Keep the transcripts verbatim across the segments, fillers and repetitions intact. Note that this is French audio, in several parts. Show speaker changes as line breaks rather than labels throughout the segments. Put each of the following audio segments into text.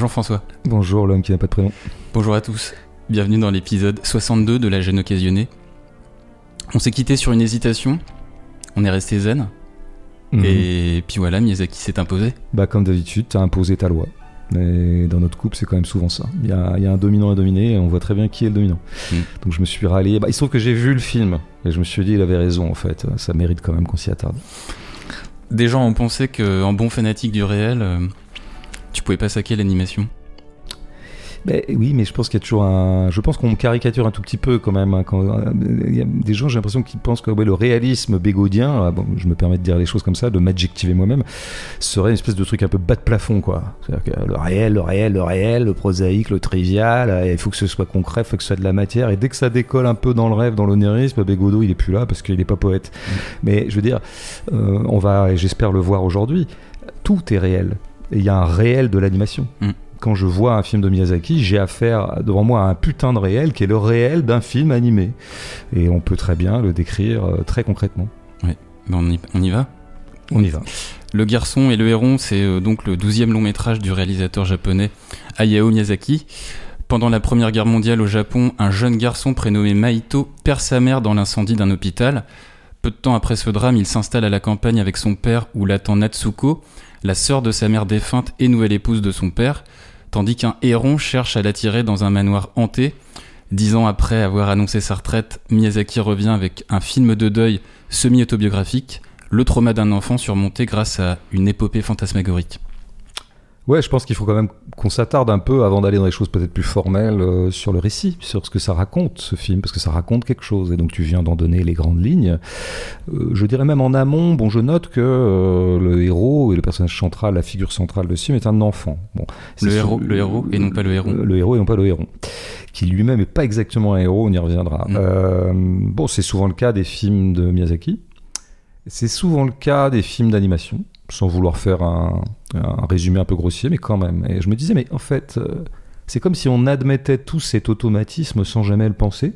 Jean-François.
Bonjour l'homme qui n'a pas de prénom.
Bonjour à tous. Bienvenue dans l'épisode soixante-deux de La Gêne Occasionnée. On s'est quitté sur une hésitation. On est resté zen. Mmh. Et puis voilà, Miyazaki s'est imposé.
Bah comme d'habitude, t'as imposé ta loi. Mais dans notre couple, c'est quand même souvent ça. Il y a, il y a un dominant et un dominé et on voit très bien qui est le dominant. Mmh. Donc je me suis rallié. Bah, il se trouve que j'ai vu le film et je me suis dit il avait raison en fait. Ça mérite quand même qu'on s'y attarde.
Des gens ont pensé qu'en bon fanatique du réel, euh, tu pouvais pas saquer l'animation.
Mais, oui, mais je pense qu'il y a toujours un... Je pense qu'on caricature un tout petit peu quand même. Hein, quand... Il y a des gens, j'ai l'impression qu'ils pensent que ouais, le réalisme bégaudien, bon, je me permets de dire les choses comme ça, de m'adjectiver moi-même, serait une espèce de truc un peu bas de plafond, quoi. C'est-à-dire que le réel, le réel, le réel, le prosaïque, le trivial, il faut que ce soit concret, il faut que ce soit de la matière. Et dès que ça décolle un peu dans le rêve, dans l'onirisme, Bégodeau, il est plus là parce qu'il est pas poète. Mmh. Mais je veux dire, euh, on va, et j'espère le voir aujourd'hui, tout est réel. Et il y a un réel de l'animation. Mmh. Quand je vois un film de Miyazaki, j'ai affaire devant moi à un putain de réel qui est le réel d'un film animé. Et on peut très bien le décrire euh, très concrètement.
Oui, ben on, y, on y va
On y va.
Le Garçon et le Héron, c'est euh, donc le douzième long métrage du réalisateur japonais Hayao Miyazaki. Pendant la Première Guerre mondiale au Japon, un jeune garçon prénommé Mahito perd sa mère dans l'incendie d'un hôpital. Peu de temps après ce drame, il s'installe à la campagne avec son père où l'attend Natsuko, la sœur de sa mère défunte et nouvelle épouse de son père. Tandis qu'un héron cherche à l'attirer dans un manoir hanté. Dix ans après avoir annoncé sa retraite, Miyazaki revient avec un film de deuil semi-autobiographique, le trauma d'un enfant surmonté grâce à une épopée fantasmagorique.
Ouais, je pense qu'il faut quand même qu'on s'attarde un peu avant d'aller dans les choses peut-être plus formelles euh, sur le récit, sur ce que ça raconte ce film, parce que ça raconte quelque chose, et donc tu viens d'en donner les grandes lignes. Euh, je dirais même en amont, bon, je note que euh, le héros et le personnage central, la figure centrale de ce film est un enfant. Bon,
le, héros, le héros et non pas le héron.
Le, le héros et non pas le héron, qui lui-même n'est pas exactement un héros, on y reviendra. Mmh. Euh, bon, c'est souvent le cas des films de Miyazaki, c'est souvent le cas des films d'animation, sans vouloir faire un, un résumé un peu grossier, mais quand même. Et je me disais, mais en fait, euh, c'est comme si on admettait tout cet automatisme sans jamais le penser.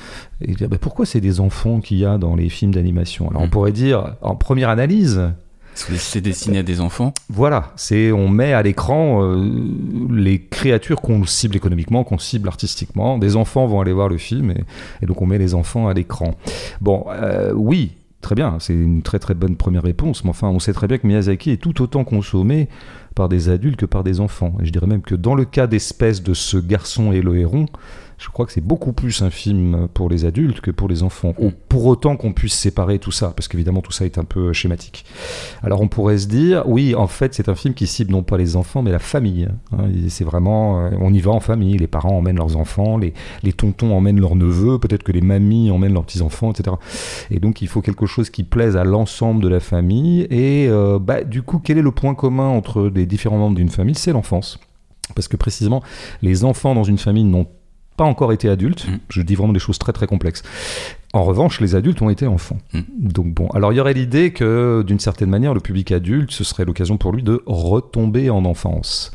Et dire, bah, pourquoi c'est des enfants qu'il y a dans les films d'animation ? Alors mmh. on pourrait dire, en première analyse...
C'est destiné à des enfants.
Voilà, c'est, on met à l'écran euh, les créatures qu'on cible économiquement, qu'on cible artistiquement. Des enfants vont aller voir le film, et, et donc on met les enfants à l'écran. Bon, euh, oui... Très bien, c'est une très très bonne première réponse, mais enfin on sait très bien que Miyazaki est tout autant consommé par des adultes que par des enfants. Et je dirais même que dans le cas d'espèce de ce garçon et le héron, je crois que c'est beaucoup plus un film pour les adultes que pour les enfants. Ou pour autant qu'on puisse séparer tout ça, parce qu'évidemment tout ça est un peu schématique. Alors on pourrait se dire, oui, en fait c'est un film qui cible non pas les enfants, mais la famille. Hein, c'est vraiment, on y va en famille, les parents emmènent leurs enfants, les, les tontons emmènent leurs neveux, peut-être que les mamies emmènent leurs petits-enfants, et cetera. Et donc il faut quelque chose qui plaise à l'ensemble de la famille. Et euh, bah, du coup, quel est le point commun entre les différents membres d'une famille ? C'est l'enfance. Parce que précisément, les enfants dans une famille n'ont pas encore été adultes, mmh. je dis vraiment des choses très très complexes. En revanche, les adultes ont été enfants. Mmh. Donc bon, alors il y aurait l'idée que d'une certaine manière, le public adulte, ce serait l'occasion pour lui de retomber en enfance.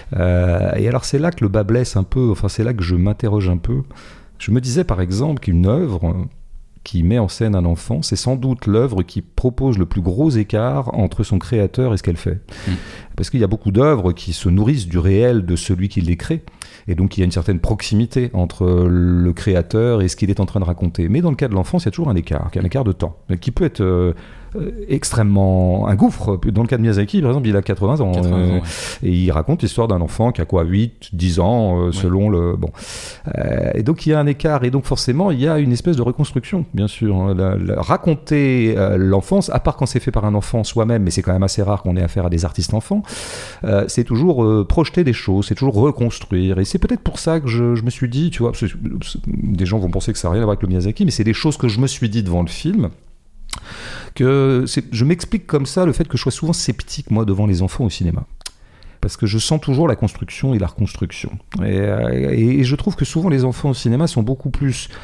Euh, et alors c'est là que le bas blesse un peu, enfin c'est là que je m'interroge un peu. Je me disais par exemple qu'une œuvre qui met en scène un enfant, c'est sans doute l'œuvre qui propose le plus gros écart entre son créateur et ce qu'elle fait. Mmh. Parce qu'il y a beaucoup d'œuvres qui se nourrissent du réel de celui qui les crée. Et donc il y a une certaine proximité entre le créateur et ce qu'il est en train de raconter. Mais dans le cas de l'enfance, il y a toujours un écart, un écart de temps, qui peut être euh, extrêmement... un gouffre. Dans le cas de Miyazaki, par exemple, il a quatre-vingts ans.
quatre-vingts
euh,
ans ouais.
Et il raconte l'histoire d'un enfant qui a quoi, huit, dix ans, euh, selon ouais. le... Bon. Euh, et donc il y a un écart. Et donc forcément, il y a une espèce de reconstruction, bien sûr. Hein. La, la, raconter euh, l'enfance, à part quand c'est fait par un enfant soi-même, mais c'est quand même assez rare qu'on ait affaire à des artistes enfants, euh, c'est toujours euh, projeter des choses, c'est toujours reconstruire. Et c'est peut-être pour ça que je, je me suis dit, tu vois, parce que des gens vont penser que ça n'a rien à voir avec le Miyazaki, mais c'est des choses que je me suis dit devant le film, que c'est, je m'explique comme ça le fait que je sois souvent sceptique, moi, devant les enfants au cinéma. Parce que je sens toujours la construction et la reconstruction. Et, et, et je trouve que souvent les enfants au cinéma sont beaucoup plus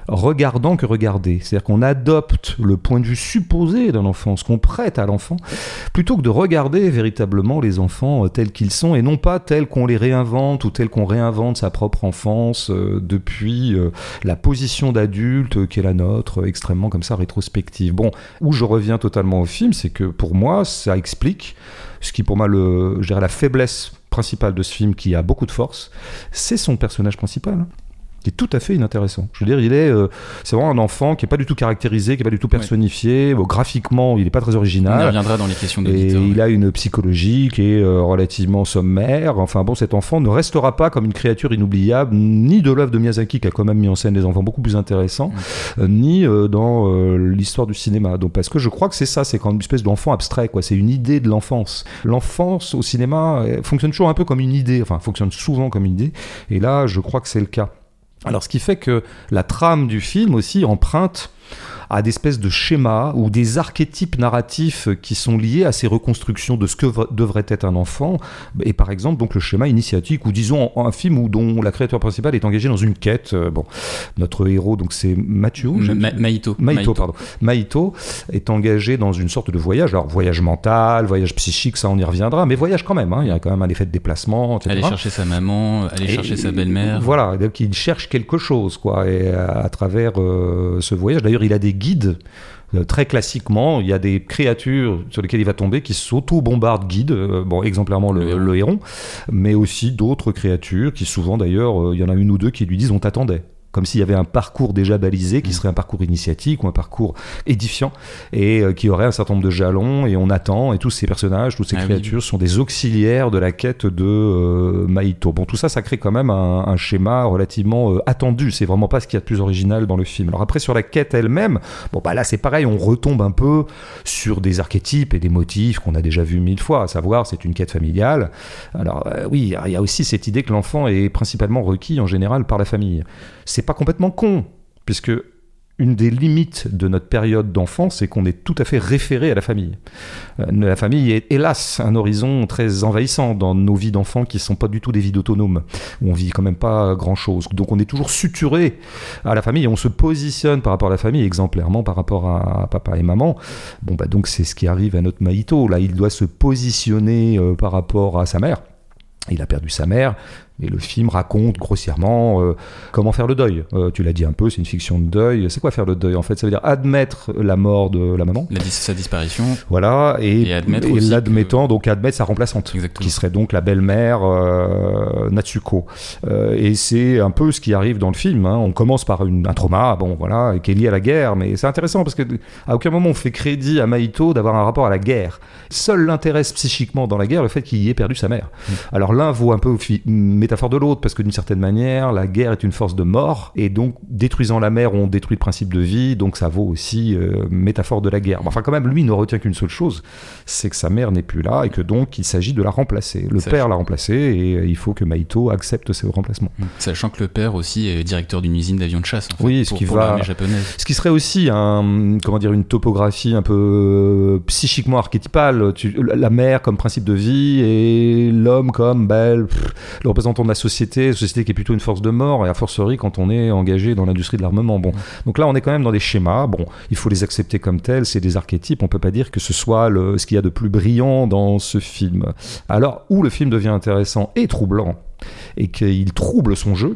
regardant que regarder. C'est-à-dire qu'on adopte le point de vue supposé d'un enfant, ce qu'on prête à l'enfant, plutôt que de regarder véritablement les enfants tels qu'ils sont et non pas tels qu'on les réinvente ou tels qu'on réinvente sa propre enfance euh, depuis euh, la position d'adulte qui est la nôtre, extrêmement comme ça rétrospective. Bon, où je reviens totalement au film, c'est que pour moi, ça explique ce qui pour moi, le, je dirais la faiblesse principale de ce film, qui a beaucoup de force, c'est son personnage principal, qui est tout à fait inintéressant. Je veux dire, il est, euh, c'est vraiment un enfant qui n'est pas du tout caractérisé, qui n'est pas du tout personnifié. Ouais. Bon, graphiquement, il n'est pas très original.
On y reviendra dans les questions de
Et
l'éditeur,
il
ouais.
a une psychologie qui est euh, relativement sommaire. Enfin bon, cet enfant ne restera pas comme une créature inoubliable, ni de l'œuvre de Miyazaki, qui a quand même mis en scène des enfants beaucoup plus intéressants, mmh. euh, ni euh, dans euh, l'histoire du cinéma. Donc, parce que je crois que c'est ça, c'est quand même une espèce d'enfant abstrait, quoi. C'est une idée de l'enfance. L'enfance au cinéma euh, fonctionne toujours un peu comme une idée, enfin, fonctionne souvent comme une idée. Et là, je crois que c'est le cas. Alors, ce qui fait que la trame du film aussi emprunte à des espèces de schémas ou des archétypes narratifs qui sont liés à ces reconstructions de ce que v- devrait être un enfant. Et par exemple, donc le schéma initiatique, ou disons un film où, dont la créature principale est engagée dans une quête. Euh, bon, notre héros, donc c'est Mathieu,
Ma- Ma- Maito.
Maito, Maito, pardon. Maito est engagé dans une sorte de voyage. Alors, voyage mental, voyage psychique, ça on y reviendra, mais voyage quand même. Hein. Il y a quand même un effet de déplacement, et cetera.
Aller chercher sa maman, aller et, chercher sa belle-mère.
Voilà, donc il cherche quelque chose, quoi, et à, à travers euh, ce voyage. D'ailleurs, il a des guides. Euh, très classiquement, il y a des créatures sur lesquelles il va tomber qui s'auto-bombardent guides, euh, bon, exemplairement le, le héron, mais aussi d'autres créatures qui souvent d'ailleurs, euh, il y en a une ou deux qui lui disent « on t'attendait ». Comme s'il y avait un parcours déjà balisé qui serait un parcours initiatique ou un parcours édifiant et euh, qui aurait un certain nombre de jalons et on attend, et tous ces personnages, toutes ces ah créatures oui. sont des auxiliaires de la quête de euh, Maito. Bon, tout ça, ça crée quand même un, un schéma relativement euh, attendu. C'est vraiment pas ce qu'il y a de plus original dans le film. Alors après, sur la quête elle-même, bon bah là c'est pareil, on retombe un peu sur des archétypes et des motifs qu'on a déjà vus mille fois, à savoir c'est une quête familiale. Alors euh, oui, il y a aussi cette idée que l'enfant est principalement requis en général par la famille. C'est pas complètement con, puisque une des limites de notre période d'enfance, c'est qu'on est tout à fait référé à la famille. Euh, la famille est, hélas, un horizon très envahissant dans nos vies d'enfants qui ne sont pas du tout des vies autonomes, où on vit quand même pas grand-chose. Donc on est toujours suturé à la famille, et on se positionne par rapport à la famille, exemplairement par rapport à papa et maman. Bon, bah donc c'est ce qui arrive à notre Maito. Là, il doit se positionner euh, par rapport à sa mère. Il a perdu sa mère. Et le film raconte grossièrement euh, comment faire le deuil. Euh, tu l'as dit un peu, c'est une fiction de deuil. C'est quoi faire le deuil en fait? Ça veut dire admettre la mort de la maman.
La dis- sa disparition.
Voilà, et,
et, admettre
et
aussi
l'admettant,
que...
donc admettre sa remplaçante.
Exactement.
Qui serait donc la belle-mère euh, Natsuko. Euh, et c'est un peu ce qui arrive dans le film. Hein. On commence par une, un trauma, bon voilà, qui est lié à la guerre, mais c'est intéressant parce qu'à aucun moment on fait crédit à Maito d'avoir un rapport à la guerre. Seul l'intéresse psychiquement dans la guerre le fait qu'il y ait perdu sa mère. Mmh. Alors l'un vaut un peu fi- métaphore de l'autre, parce que d'une certaine manière, la guerre est une force de mort, et donc détruisant la mère, on détruit le principe de vie, donc ça vaut aussi euh, métaphore de la guerre. Enfin quand même, lui ne retient qu'une seule chose, c'est que sa mère n'est plus là, et que donc il s'agit de la remplacer. Le Sachant... père l'a remplacée, et euh, il faut que Maito accepte ce remplacement.
Sachant que le père aussi est directeur d'une usine d'avions de chasse, en fait,
oui, ce
pour,
qui
pour
va...
l'armée japonaise.
Ce qui serait aussi un, comment dire, une topographie un peu euh, psychiquement archétypale. Tu, la mère comme principe de vie, et l'homme comme belle, pff, le représentant de la société, une société qui est plutôt une force de mort, et a fortiori quand on est engagé dans l'industrie de l'armement. Bon. Donc là, on est quand même dans des schémas. Bon, il faut les accepter comme tels, c'est des archétypes. On peut pas dire que ce soit le, ce qu'il y a de plus brillant dans ce film. Alors, où le film devient intéressant et troublant, et qu'il trouble son jeu,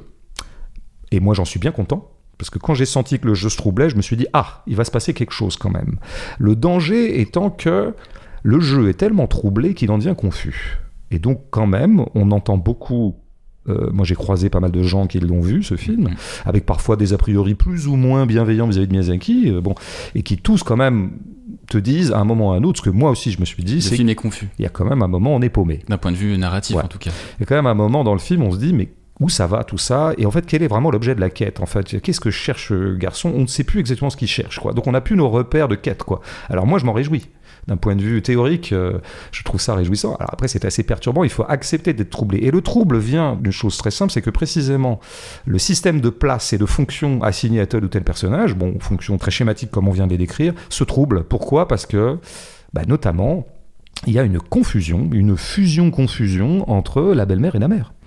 et moi j'en suis bien content, parce que quand j'ai senti que le jeu se troublait, je me suis dit « Ah, il va se passer quelque chose quand même ». Le danger étant que le jeu est tellement troublé qu'il en devient confus. Et donc quand même, on entend beaucoup... Euh, moi j'ai croisé pas mal de gens qui l'ont vu, ce film, mmh. avec parfois des a priori plus ou moins bienveillants vis-à-vis de Miyazaki, euh, bon, et qui tous quand même te disent à un moment ou à un autre, ce que moi aussi je me suis dit,
le
c'est
film est confus.
Il y a quand même un moment où on est paumé.
D'un point de vue narratif, ouais. En tout cas.
Il y a quand même un moment dans le film où on se dit, mais où ça va tout ça, et en fait quel est vraiment l'objet de la quête, en fait qu'est-ce que cherche le garçon, on ne sait plus exactement ce qu'il cherche, quoi. Donc on n'a plus nos repères de quête, quoi. Alors moi je m'en réjouis d'un point de vue théorique, euh, je trouve ça réjouissant. Alors après c'est assez perturbant, il faut accepter d'être troublé, et le trouble vient d'une chose très simple, c'est que précisément le système de place et de fonction assigné à tel ou tel personnage, bon, fonction très schématique comme on vient de les décrire, se trouble. Pourquoi? Parce que bah, notamment il y a une confusion, une fusion-confusion entre la belle-mère et la mère.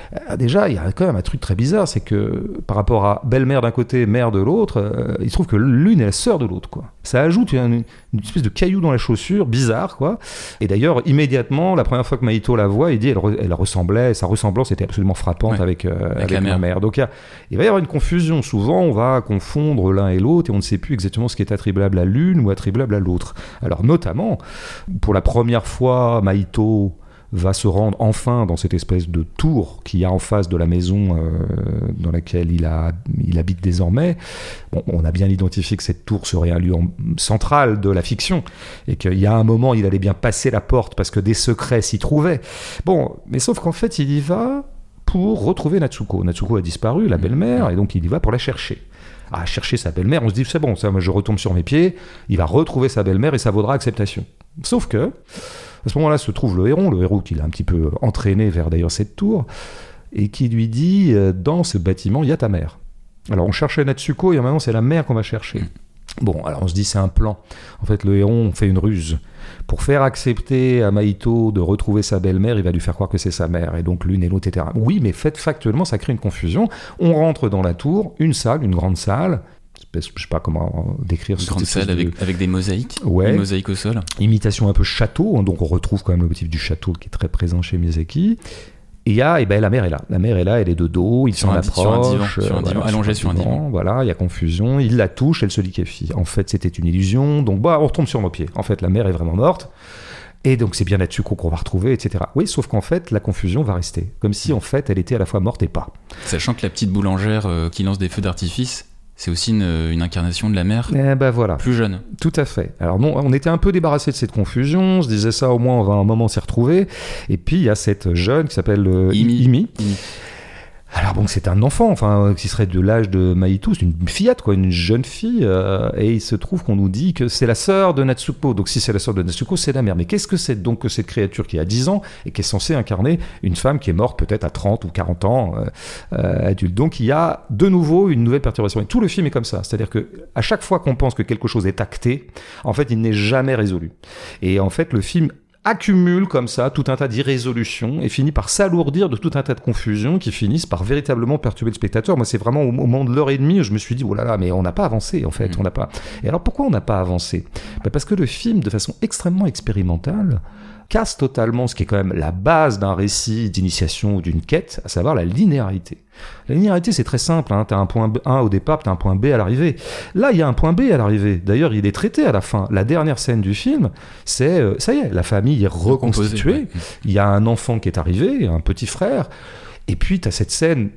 Euh, déjà, il y a quand même un truc très bizarre, c'est que par rapport à belle-mère d'un côté, mère de l'autre, euh, il se trouve que l'une est la sœur de l'autre, quoi. Ça ajoute une, une espèce de caillou dans la chaussure, bizarre, quoi. Et d'ailleurs, immédiatement, la première fois que Mahito la voit, il dit elle, re, elle ressemblait, sa ressemblance était absolument frappante ouais, avec, euh, avec, avec la mère. mère. Donc il, y a, il va y avoir une confusion. Souvent, on va confondre l'un et l'autre et on ne sait plus exactement ce qui est attribuable à l'une ou attribuable à l'autre. Alors notamment, pour la première fois, Mahito va se rendre enfin dans cette espèce de tour qu'il y a en face de la maison euh, dans laquelle il, a, il habite désormais. Bon, on a bien identifié que cette tour serait un lieu en, central de la fiction et qu'il y a un moment, il allait bien passer la porte parce que des secrets s'y trouvaient. Bon, mais sauf qu'en fait, il y va pour retrouver Natsuko. Natsuko a disparu, la belle-mère, et donc il y va pour la chercher. À chercher sa belle-mère, on se dit c'est bon, ça, moi je retombe sur mes pieds, il va retrouver sa belle-mère et ça vaudra acceptation. Sauf que à ce moment-là se trouve le héron, le héros qui l'a un petit peu entraîné vers d'ailleurs cette tour, et qui lui dit euh, dans ce bâtiment, il y a ta mère. Alors on cherchait Natsuko et maintenant c'est la mère qu'on va chercher. Bon, alors on se dit c'est un plan. En fait, le héron fait une ruse. Pour faire accepter à Mahito de retrouver sa belle-mère, il va lui faire croire que c'est sa mère, et donc l'une et l'autre, et cetera. Oui, mais fait, factuellement, ça crée une confusion. On rentre dans la tour, une salle, une grande salle, je sais pas comment décrire
une grande salle avec,
de...
avec des mosaïques,
ouais.
Des mosaïques au sol.
Imitation un peu château, hein, donc on retrouve quand même le motif du château qui est très présent chez Miyazaki. Et il y a, et ben la mère est là. La mère est là, elle est de dos, il s'en approche. Sur un divan,
sur un divan, voilà, allongé sur un divan. divan.
Voilà, il y a confusion, il la touche, elle se liquéfie. En fait, c'était une illusion, donc bah, on retombe sur nos pieds. En fait, la mère est vraiment morte. Et donc, c'est bien Natsuko qu'on va retrouver, et cetera. Oui, sauf qu'en fait, la confusion va rester. Comme si, en fait, elle était à la fois morte et pas.
Sachant que la petite boulangère euh, qui lance des feux d'artifice, c'est aussi une, une incarnation de la mère
eh ben voilà.
Plus jeune.
Tout à fait. Alors non, on était un peu débarrassé de cette confusion, on se disait ça au moins on va un moment s'y retrouver. Et puis il y a cette jeune qui s'appelle euh, Imi. Imi. Imi. Alors bon, c'est un enfant, enfin, qui serait de l'âge de Mahito, c'est une fillette, quoi, une jeune fille, euh, et il se trouve qu'on nous dit que c'est la sœur de Natsuko. Donc si c'est la sœur de Natsuko, c'est la mère. Mais qu'est-ce que c'est donc que cette créature qui a dix ans et qui est censée incarner une femme qui est morte peut-être à trente ou quarante ans, euh, euh, adulte. Donc il y a de nouveau une nouvelle perturbation. Et tout le film est comme ça. C'est-à-dire que à chaque fois qu'on pense que quelque chose est acté, en fait, il n'est jamais résolu. Et en fait, le film accumule comme ça tout un tas d'irrésolutions et finit par s'alourdir de tout un tas de confusions qui finissent par véritablement perturber le spectateur. Moi, c'est vraiment au moment de l'heure et demie, je me suis dit, oh là là, mais on n'a pas avancé, en fait, mmh. on n'a pas. Et alors, pourquoi on n'a pas avancé ? Ben parce que le film, de façon extrêmement expérimentale, casse totalement ce qui est quand même la base d'un récit d'initiation ou d'une quête, à savoir la linéarité. La linéarité, c'est très simple, hein. Tu as un point un au départ, tu as un point B à l'arrivée. Là, il y a un point B à l'arrivée. D'ailleurs, il est traité à la fin. La dernière scène du film, c'est, euh, ça y est, la famille est reconstituée. Ouais. Il y a un enfant qui est arrivé, un petit frère. Et puis, tu as cette scène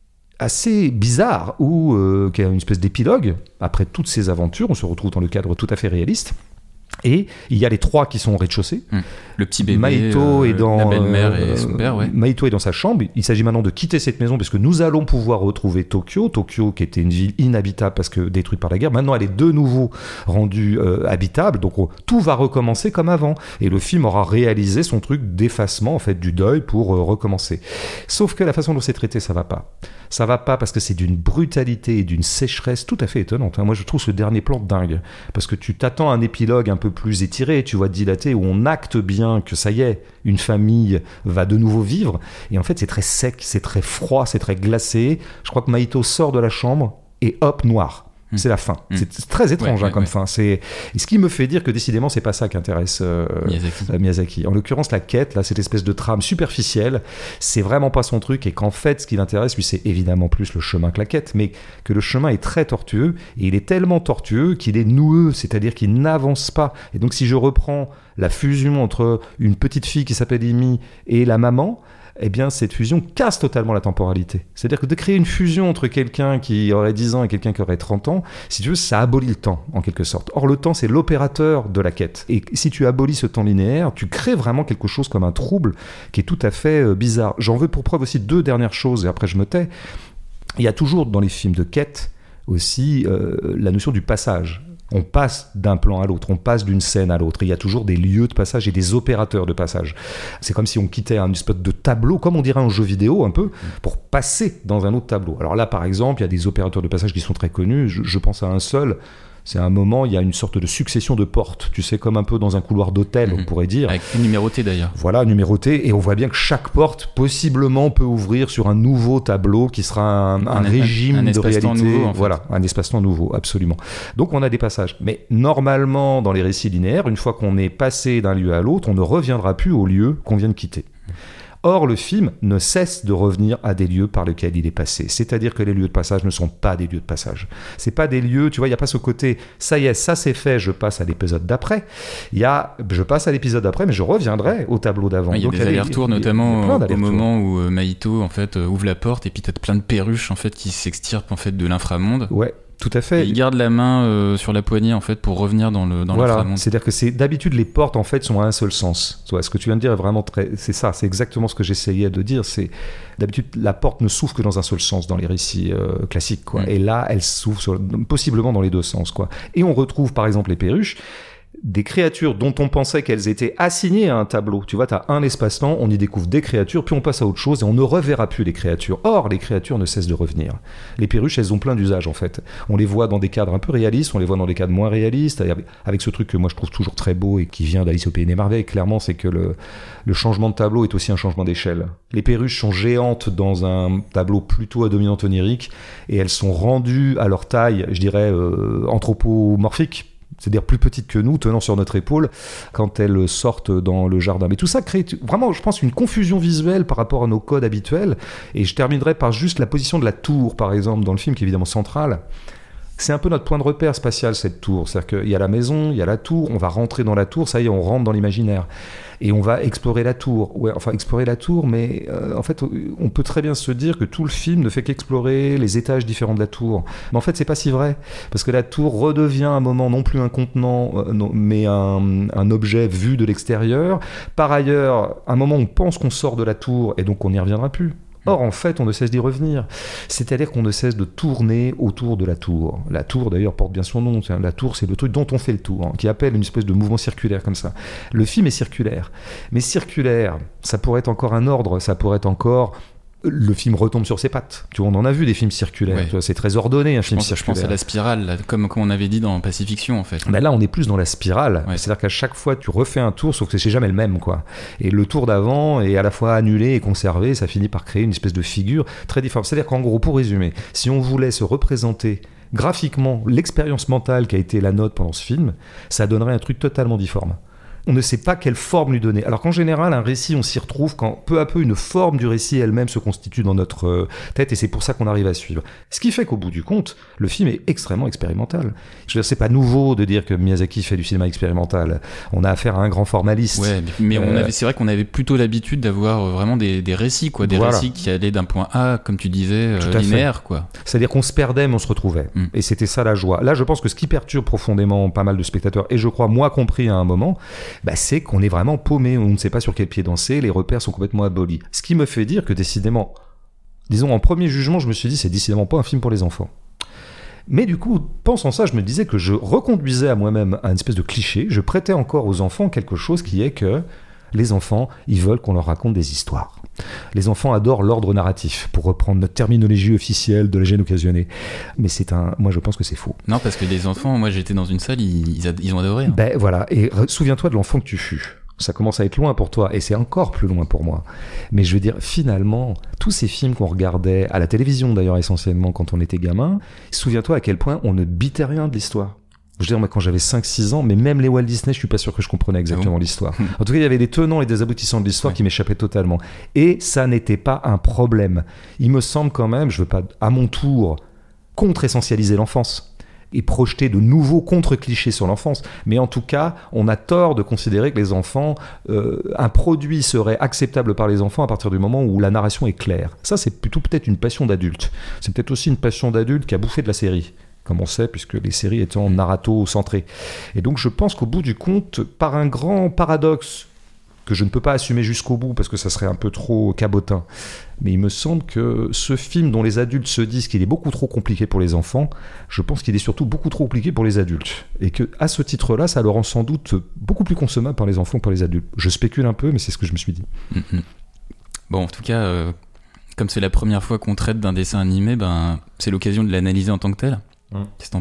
assez bizarre, où, euh, qui a une espèce d'épilogue. Après toutes ces aventures, on se retrouve dans le cadre tout à fait réaliste. Et il y a les trois qui sont au rez-de-chaussée.
Mmh. Le petit bébé,
Mahito
euh,
est dans,
la belle-mère
euh,
et son père. Ouais.
Mahito est dans sa chambre. Il s'agit maintenant de quitter cette maison parce que nous allons pouvoir retrouver Tokyo. Tokyo qui était une ville inhabitable parce que détruite par la guerre. Maintenant, elle est de nouveau rendue euh, habitable. Donc on, tout va recommencer comme avant. Et le film aura réalisé son truc d'effacement, en fait, du deuil pour euh, recommencer. Sauf que la façon dont c'est traité, ça va pas. Ça va pas parce que c'est d'une brutalité et d'une sécheresse tout à fait étonnante. Moi, je trouve ce dernier plan dingue. Parce que tu t'attends à un épilogue un peu plus étiré, tu vois, dilaté, où on acte bien que ça y est, une famille va de nouveau vivre. Et en fait, c'est très sec, c'est très froid, c'est très glacé. Je crois que Mahito sort de la chambre et hop, noir. Mmh. C'est la fin. Mmh. C'est très étrange ouais, hein, ouais, comme ouais. fin. C'est... Et ce qui me fait dire que décidément, c'est pas ça qui intéresse euh, Miyazaki. Euh, Miyazaki. En l'occurrence, la quête, là, cette espèce de trame superficielle, c'est vraiment pas son truc. Et qu'en fait, ce qui l'intéresse, lui, c'est évidemment plus le chemin que la quête, mais que le chemin est très tortueux. Et il est tellement tortueux qu'il est noueux, c'est-à-dire qu'il n'avance pas. Et donc, si je reprends la fusion entre une petite fille qui s'appelle Imi et la maman, eh bien, cette fusion casse totalement la temporalité. C'est-à-dire que de créer une fusion entre quelqu'un qui aurait dix ans et quelqu'un qui aurait trente ans, si tu veux, ça abolit le temps, en quelque sorte. Or, le temps, c'est l'opérateur de la quête. Et si tu abolis ce temps linéaire, tu crées vraiment quelque chose comme un trouble qui est tout à fait euh, bizarre. J'en veux pour preuve aussi deux dernières choses, et après je me tais. Il y a toujours dans les films de quête aussi euh, la notion du passage. On passe d'un plan à l'autre, on passe d'une scène à l'autre. Il y a toujours des lieux de passage et des opérateurs de passage. C'est comme si on quittait un espèce de tableau, comme on dirait en jeu vidéo un peu, pour passer dans un autre tableau. Alors là, par exemple, il y a des opérateurs de passage qui sont très connus. Je, je pense à un seul, C'est un moment, il y a une sorte de succession de portes, tu sais, comme un peu dans un couloir d'hôtel, mmh. on pourrait dire.
Avec numéroté d'ailleurs.
Voilà, numéroté, et on voit bien que chaque porte, possiblement, peut ouvrir sur un nouveau tableau qui sera un, un, un régime un, un de réalité. Nouveau, en fait. Voilà, un espace-temps nouveau, absolument. Donc on a des passages. Mais normalement, dans les récits linéaires, une fois qu'on est passé d'un lieu à l'autre, on ne reviendra plus au lieu qu'on vient de quitter. Or, le film ne cesse de revenir à des lieux par lesquels il est passé. C'est-à-dire que les lieux de passage ne sont pas des lieux de passage. C'est pas des lieux, tu vois, il n'y a pas ce côté, ça y est, ça c'est fait, je passe à l'épisode d'après. Il y a, je passe à l'épisode d'après, mais je reviendrai au tableau d'avant.
Il y a Donc, des allers-retours, notamment au, au moment où euh, Mahito, en fait, euh, ouvre la porte et puis t'as plein de perruches, en fait, qui s'extirpent, en fait, de l'inframonde.
Ouais. Tout à fait.
Et il garde la main euh, sur la poignée en fait pour revenir dans le dans
voilà.
l'inframonde.
C'est-à-dire que c'est d'habitude les portes en fait sont à un seul sens. Tu vois, ce que tu viens de dire est vraiment très. C'est ça. C'est exactement ce que j'essayais de dire. C'est d'habitude la porte ne s'ouvre que dans un seul sens dans les récits euh, classiques quoi. Mm. Et là, elle s'ouvre sur, possiblement dans les deux sens quoi. Et on retrouve par exemple les perruches. Des créatures dont on pensait qu'elles étaient assignées à un tableau. Tu vois, tu as un espace-temps, on y découvre des créatures, puis on passe à autre chose et on ne reverra plus les créatures. Or, les créatures ne cessent de revenir. Les perruches, elles ont plein d'usages en fait. On les voit dans des cadres un peu réalistes, on les voit dans des cadres moins réalistes, avec ce truc que moi je trouve toujours très beau et qui vient d'Alice au Pays des Merveilles, clairement, c'est que le, le changement de tableau est aussi un changement d'échelle. Les perruches sont géantes dans un tableau plutôt à dominante onirique et elles sont rendues à leur taille, je dirais, euh, anthropomorphique. C'est-à-dire plus petites que nous, tenant sur notre épaule, quand elles sortent dans le jardin. Mais tout ça crée vraiment, je pense, une confusion visuelle par rapport à nos codes habituels. Et je terminerai par juste la position de la tour, par exemple, dans le film, qui est évidemment centrale. C'est un peu notre point de repère spatial, cette tour. C'est-à-dire qu'il y a la maison, il y a la tour, on va rentrer dans la tour, ça y est, on rentre dans l'imaginaire. Et on va explorer la tour. Ouais, enfin, explorer la tour, mais euh, en fait, on peut très bien se dire que tout le film ne fait qu'explorer les étages différents de la tour. Mais en fait, c'est pas si vrai. Parce que la tour redevient un moment non plus un contenant, euh, non, mais un, un objet vu de l'extérieur. Par ailleurs, à un moment, on pense qu'on sort de la tour et donc on n'y reviendra plus. Or, en fait, on ne cesse d'y revenir. C'est-à-dire qu'on ne cesse de tourner autour de la tour. La tour, d'ailleurs, porte bien son nom. La tour, c'est le truc dont on fait le tour, hein, qui appelle une espèce de mouvement circulaire comme ça. Le film est circulaire. Mais circulaire, ça pourrait être encore un ordre, ça pourrait être encore... Le film retombe sur ses pattes. Tu vois, on en a vu des films circulaires. Ouais. Tu vois, c'est très ordonné un
je
film
pense,
circulaire.
Je pense à la spirale, là, comme, comme on avait dit dans Pacifiction en fait.
Ben là, on est plus dans la spirale. Ouais. C'est-à-dire qu'à chaque fois, tu refais un tour, sauf que c'est jamais le même, quoi. Et le tour d'avant est à la fois annulé et conservé. Ça finit par créer une espèce de figure très différente. C'est-à-dire qu'en gros, pour résumer, si on voulait se représenter graphiquement l'expérience mentale qui a été la nôtre pendant ce film, ça donnerait un truc totalement difforme. On ne sait pas quelle forme lui donner. Alors qu'en général, un récit, on s'y retrouve quand peu à peu une forme du récit elle-même se constitue dans notre euh, tête, et c'est pour ça qu'on arrive à suivre. Ce qui fait qu'au bout du compte, le film est extrêmement expérimental. Je veux dire, c'est pas nouveau de dire que Miyazaki fait du cinéma expérimental. On a affaire à un grand formaliste.
Ouais, mais on avait, c'est vrai qu'on avait plutôt l'habitude d'avoir vraiment des, des récits, quoi, des voilà. récits qui allaient d'un point A, comme tu disais, euh, linéaire, quoi.
C'est-à-dire qu'on se perdait, mais on se retrouvait. Mm. Et c'était ça la joie. Là, je pense que ce qui perturbe profondément pas mal de spectateurs, et je crois moi compris à un moment, bah, c'est qu'on est vraiment paumé, on ne sait pas sur quel pied danser, les repères sont complètement abolis. Ce qui me fait dire que décidément, disons en premier jugement, je me suis dit c'est décidément pas un film pour les enfants. Mais du coup, pensant ça, je me disais que je reconduisais à moi-même à une espèce de cliché, je prêtais encore aux enfants quelque chose qui est que les enfants, ils veulent qu'on leur raconte des histoires. Les enfants adorent l'ordre narratif, pour reprendre notre terminologie officielle de la gêne occasionnée. Mais c'est un, moi je pense que c'est faux.
Non, parce que les enfants, moi j'étais dans une salle, ils, ils, ad- ils ont adoré. Hein.
Ben voilà, et re- souviens-toi de l'enfant que tu fus. Ça commence à être loin pour toi, et c'est encore plus loin pour moi. Mais je veux dire, finalement, tous ces films qu'on regardait, à la télévision d'ailleurs essentiellement quand on était gamin, souviens-toi à quel point on ne bitait rien de l'histoire. Je veux dire, moi, quand j'avais cinq six ans, mais même les Walt Disney, je suis pas sûr que je comprenais exactement ah bon l'histoire. En tout cas, il y avait des tenants et des aboutissants de l'histoire ouais. qui m'échappaient totalement. Et ça n'était pas un problème. Il me semble quand même, je veux pas, à mon tour, contre-essentialiser l'enfance et projeter de nouveaux contre-clichés sur l'enfance. Mais en tout cas, on a tort de considérer que les enfants, euh, un produit serait acceptable par les enfants à partir du moment où la narration est claire. Ça, c'est plutôt peut-être une passion d'adulte. C'est peut-être aussi une passion d'adulte qui a bouffé de la série, comme on sait, puisque les séries étant narrato-centrées. Et donc je pense qu'au bout du compte, par un grand paradoxe que je ne peux pas assumer jusqu'au bout, parce que ça serait un peu trop cabotin, mais il me semble que ce film dont les adultes se disent qu'il est beaucoup trop compliqué pour les enfants, je pense qu'il est surtout beaucoup trop compliqué pour les adultes. Et qu'à ce titre-là, ça le rend sans doute beaucoup plus consommable par les enfants que par les adultes. Je spécule un peu, mais c'est ce que je me suis dit.
Mm-hmm. Bon, en tout cas... Euh... Comme c'est la première fois qu'on traite d'un dessin animé, ben, c'est l'occasion de l'analyser en tant que tel. Mmh. Qu'est-ce que t'en penses ?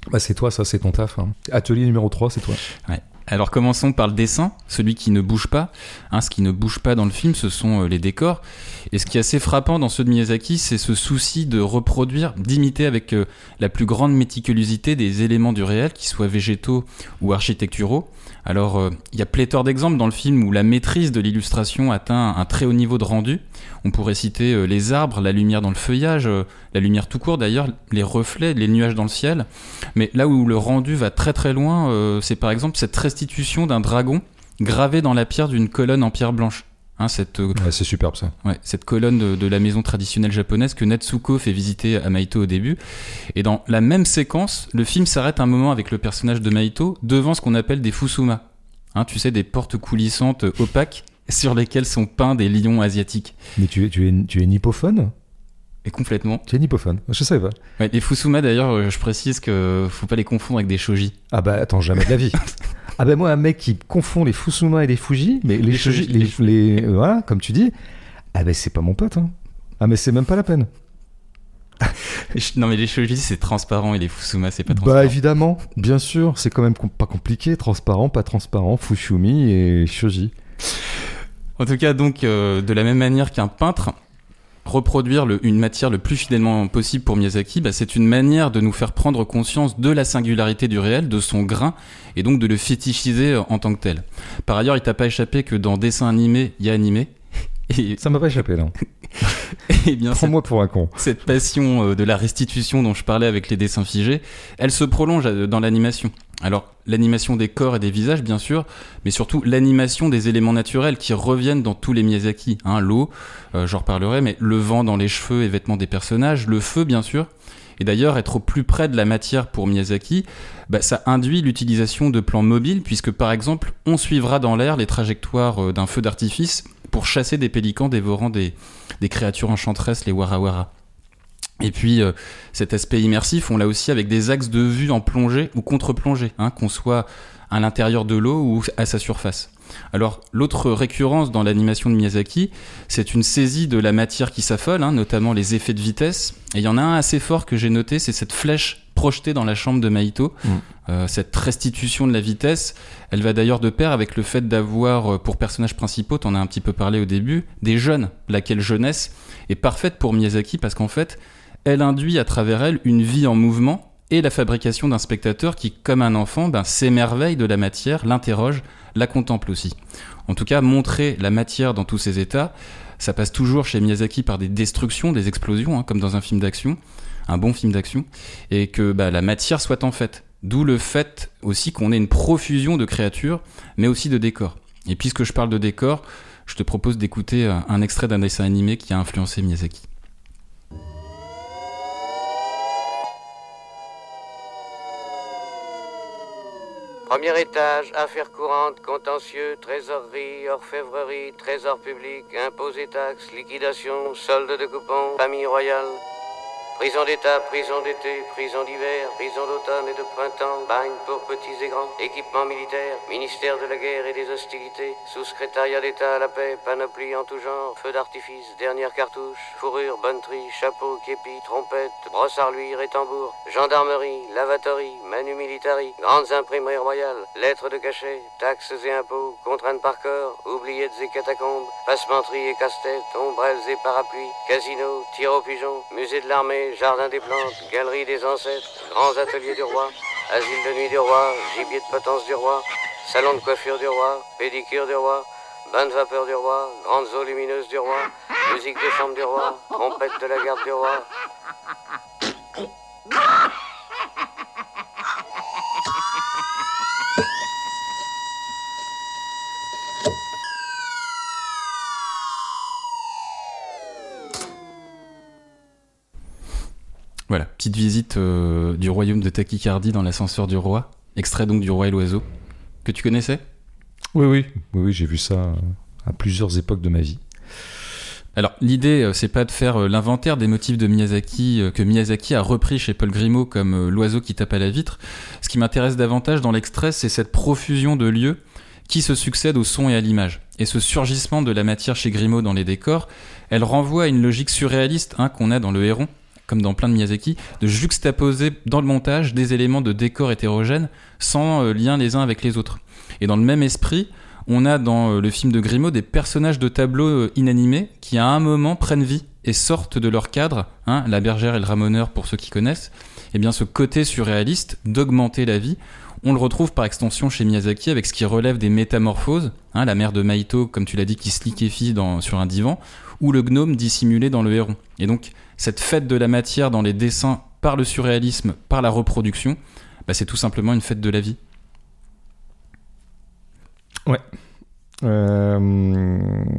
Bah, c'est toi, ça, c'est ton taf. Hein. Atelier numéro trois, c'est toi.
Ouais. Alors commençons par le dessin, celui qui ne bouge pas. Hein, ce qui ne bouge pas dans le film, ce sont euh, les décors. Et ce qui est assez frappant dans ceux de Miyazaki, c'est ce souci de reproduire, d'imiter avec euh, la plus grande méticulosité des éléments du réel, qu'ils soient végétaux ou architecturaux. Alors, euh, il y a pléthore d'exemples dans le film où la maîtrise de l'illustration atteint un très haut niveau de rendu. On pourrait citer euh, les arbres, la lumière dans le feuillage, euh, la lumière tout court d'ailleurs, les reflets, les nuages dans le ciel. Mais là où le rendu va très très loin, euh, c'est par exemple cette restitution d'un dragon gravé dans la pierre d'une colonne en pierre blanche. Hein, cette, euh,
ouais, c'est superbe ça.
Ouais, cette colonne de, de la maison traditionnelle japonaise que Natsuko fait visiter à Maito au début. Et dans la même séquence, le film s'arrête un moment avec le personnage de Maito devant ce qu'on appelle des fusuma. Hein, tu sais, des portes coulissantes opaques sur lesquelles sont peints des lions asiatiques.
Mais tu es, tu es, tu es nippophone ?
Et complètement.
Tu es nippophone, je savais pas.
Ouais, les fusuma d'ailleurs, je précise que faut pas les confondre avec des shoji.
Ah bah attends, jamais de la vie. Ah ben moi, un mec qui confond les Fusuma et les Fuji, mais les, les, shoji, les, les, les euh, voilà, comme tu dis, ah ben c'est pas mon pote. Hein. Ah mais c'est même pas la peine.
Non mais les shoji c'est transparent et les Fusuma c'est pas transparent.
Bah évidemment, bien sûr, c'est quand même com- pas compliqué, transparent, pas transparent, Fushumi et shoji.
En tout cas donc euh, de la même manière qu'un peintre, reproduire le, une matière le plus fidèlement possible pour Miyazaki, bah, c'est une manière de nous faire prendre conscience de la singularité du réel, de son grain, et donc de le fétichiser en tant que tel. Par ailleurs, il t'a pas échappé que dans dessin animé, il y a animé. Et...
Ça m'a pas échappé, non.
Et bien,
prends-moi
cette,
pour un con.
Cette passion de la restitution dont je parlais avec les dessins figés, elle se prolonge dans l'animation. Alors, l'animation des corps et des visages, bien sûr, mais surtout l'animation des éléments naturels qui reviennent dans tous les Miyazaki. Hein, l'eau, euh, j'en reparlerai, mais le vent dans les cheveux et vêtements des personnages, le feu, bien sûr. Et d'ailleurs, être au plus près de la matière pour Miyazaki, bah, ça induit l'utilisation de plans mobiles, puisque par exemple, on suivra dans l'air les trajectoires d'un feu d'artifice pour chasser des pélicans dévorant des, des créatures enchanteresses, les warawara. Et puis, euh, cet aspect immersif, on l'a aussi avec des axes de vue en plongée ou contre-plongée, hein, qu'on soit à l'intérieur de l'eau ou à sa surface. Alors, l'autre récurrence dans l'animation de Miyazaki, c'est une saisie de la matière qui s'affole, hein, notamment les effets de vitesse. Et il y en a un assez fort que j'ai noté, c'est cette flèche projetée dans la chambre de Maito. Mmh. Euh, cette restitution de la vitesse, elle va d'ailleurs de pair avec le fait d'avoir pour personnages principaux, t'en as un petit peu parlé au début, des jeunes, laquelle jeunesse est parfaite pour Miyazaki parce qu'en fait, elle induit à travers elle une vie en mouvement et la fabrication d'un spectateur qui, comme un enfant, ben, s'émerveille de la matière, l'interroge, la contemple aussi. En tout cas, montrer la matière dans tous ses états, ça passe toujours chez Miyazaki par des destructions, des explosions, hein, comme dans un film d'action, un bon film d'action, et que bah, la matière soit en fait. D'où le fait aussi qu'on ait une profusion de créatures, mais aussi de décors. Et puisque je parle de décors, je te propose d'écouter un extrait d'un dessin animé qui a influencé Miyazaki.
Premier étage, affaires courantes, contentieux, trésorerie, orfèvrerie, trésor public, impôts et taxes, liquidation, solde de coupons, famille royale. Prison d'État, prison d'été, prison d'hiver, prison d'automne et de printemps, bagne pour petits et grands, équipement militaire, ministère de la guerre et des hostilités, sous-secrétariat d'État à la paix, panoplie en tout genre, feu d'artifice, dernière cartouche, fourrure, bonneterie, chapeau, képi, trompette, brosse à reluire et tambour, gendarmerie, lavatorie, manu militari, grandes imprimeries royales, lettres de cachet, taxes et impôts, contraintes par corps, oubliettes et catacombes, passementerie et casse-tête, ombrelles et parapluies, casino, tir aux pigeons, musée de l'armée, jardin des plantes, galerie des ancêtres, grands ateliers du roi, asile de nuit du roi, gibier de potence du roi, salon de coiffure du roi, pédicure du roi, bain de vapeur du roi, grandes eaux lumineuses du roi, musique de chambre du roi, trompette de la garde du roi.
Voilà, petite visite euh, du royaume de Tachycardie dans l'ascenseur du roi, extrait donc du Roi et l'Oiseau, que tu connaissais ?
Oui, oui, oui, oui, j'ai vu ça à plusieurs époques de ma vie.
Alors, l'idée, euh, c'est pas de faire euh, l'inventaire des motifs de Miyazaki, euh, que Miyazaki a repris chez Paul Grimaud, comme euh, l'oiseau qui tape à la vitre. Ce qui m'intéresse davantage dans l'extrait, c'est cette profusion de lieux qui se succèdent au son et à l'image. Et ce surgissement de la matière chez Grimaud dans les décors, elle renvoie à une logique surréaliste hein, qu'on a dans Le Héron, comme dans plein de Miyazaki, de juxtaposer dans le montage des éléments de décor hétérogènes sans euh, lien les uns avec les autres. Et dans le même esprit, on a dans euh, le film de Grimaud des personnages de tableaux euh, inanimés qui à un moment prennent vie et sortent de leur cadre, hein, la bergère et le ramoneur pour ceux qui connaissent. Et bien ce côté surréaliste d'augmenter la vie, on le retrouve par extension chez Miyazaki avec ce qui relève des métamorphoses, hein, la mère de Maito, comme tu l'as dit, qui se liquéfie dans, sur un divan, ou le gnome dissimulé dans le héron. Et donc, cette fête de la matière dans les dessins par le surréalisme, par la reproduction, bah, c'est tout simplement une fête de la vie.
Ouais. Euh...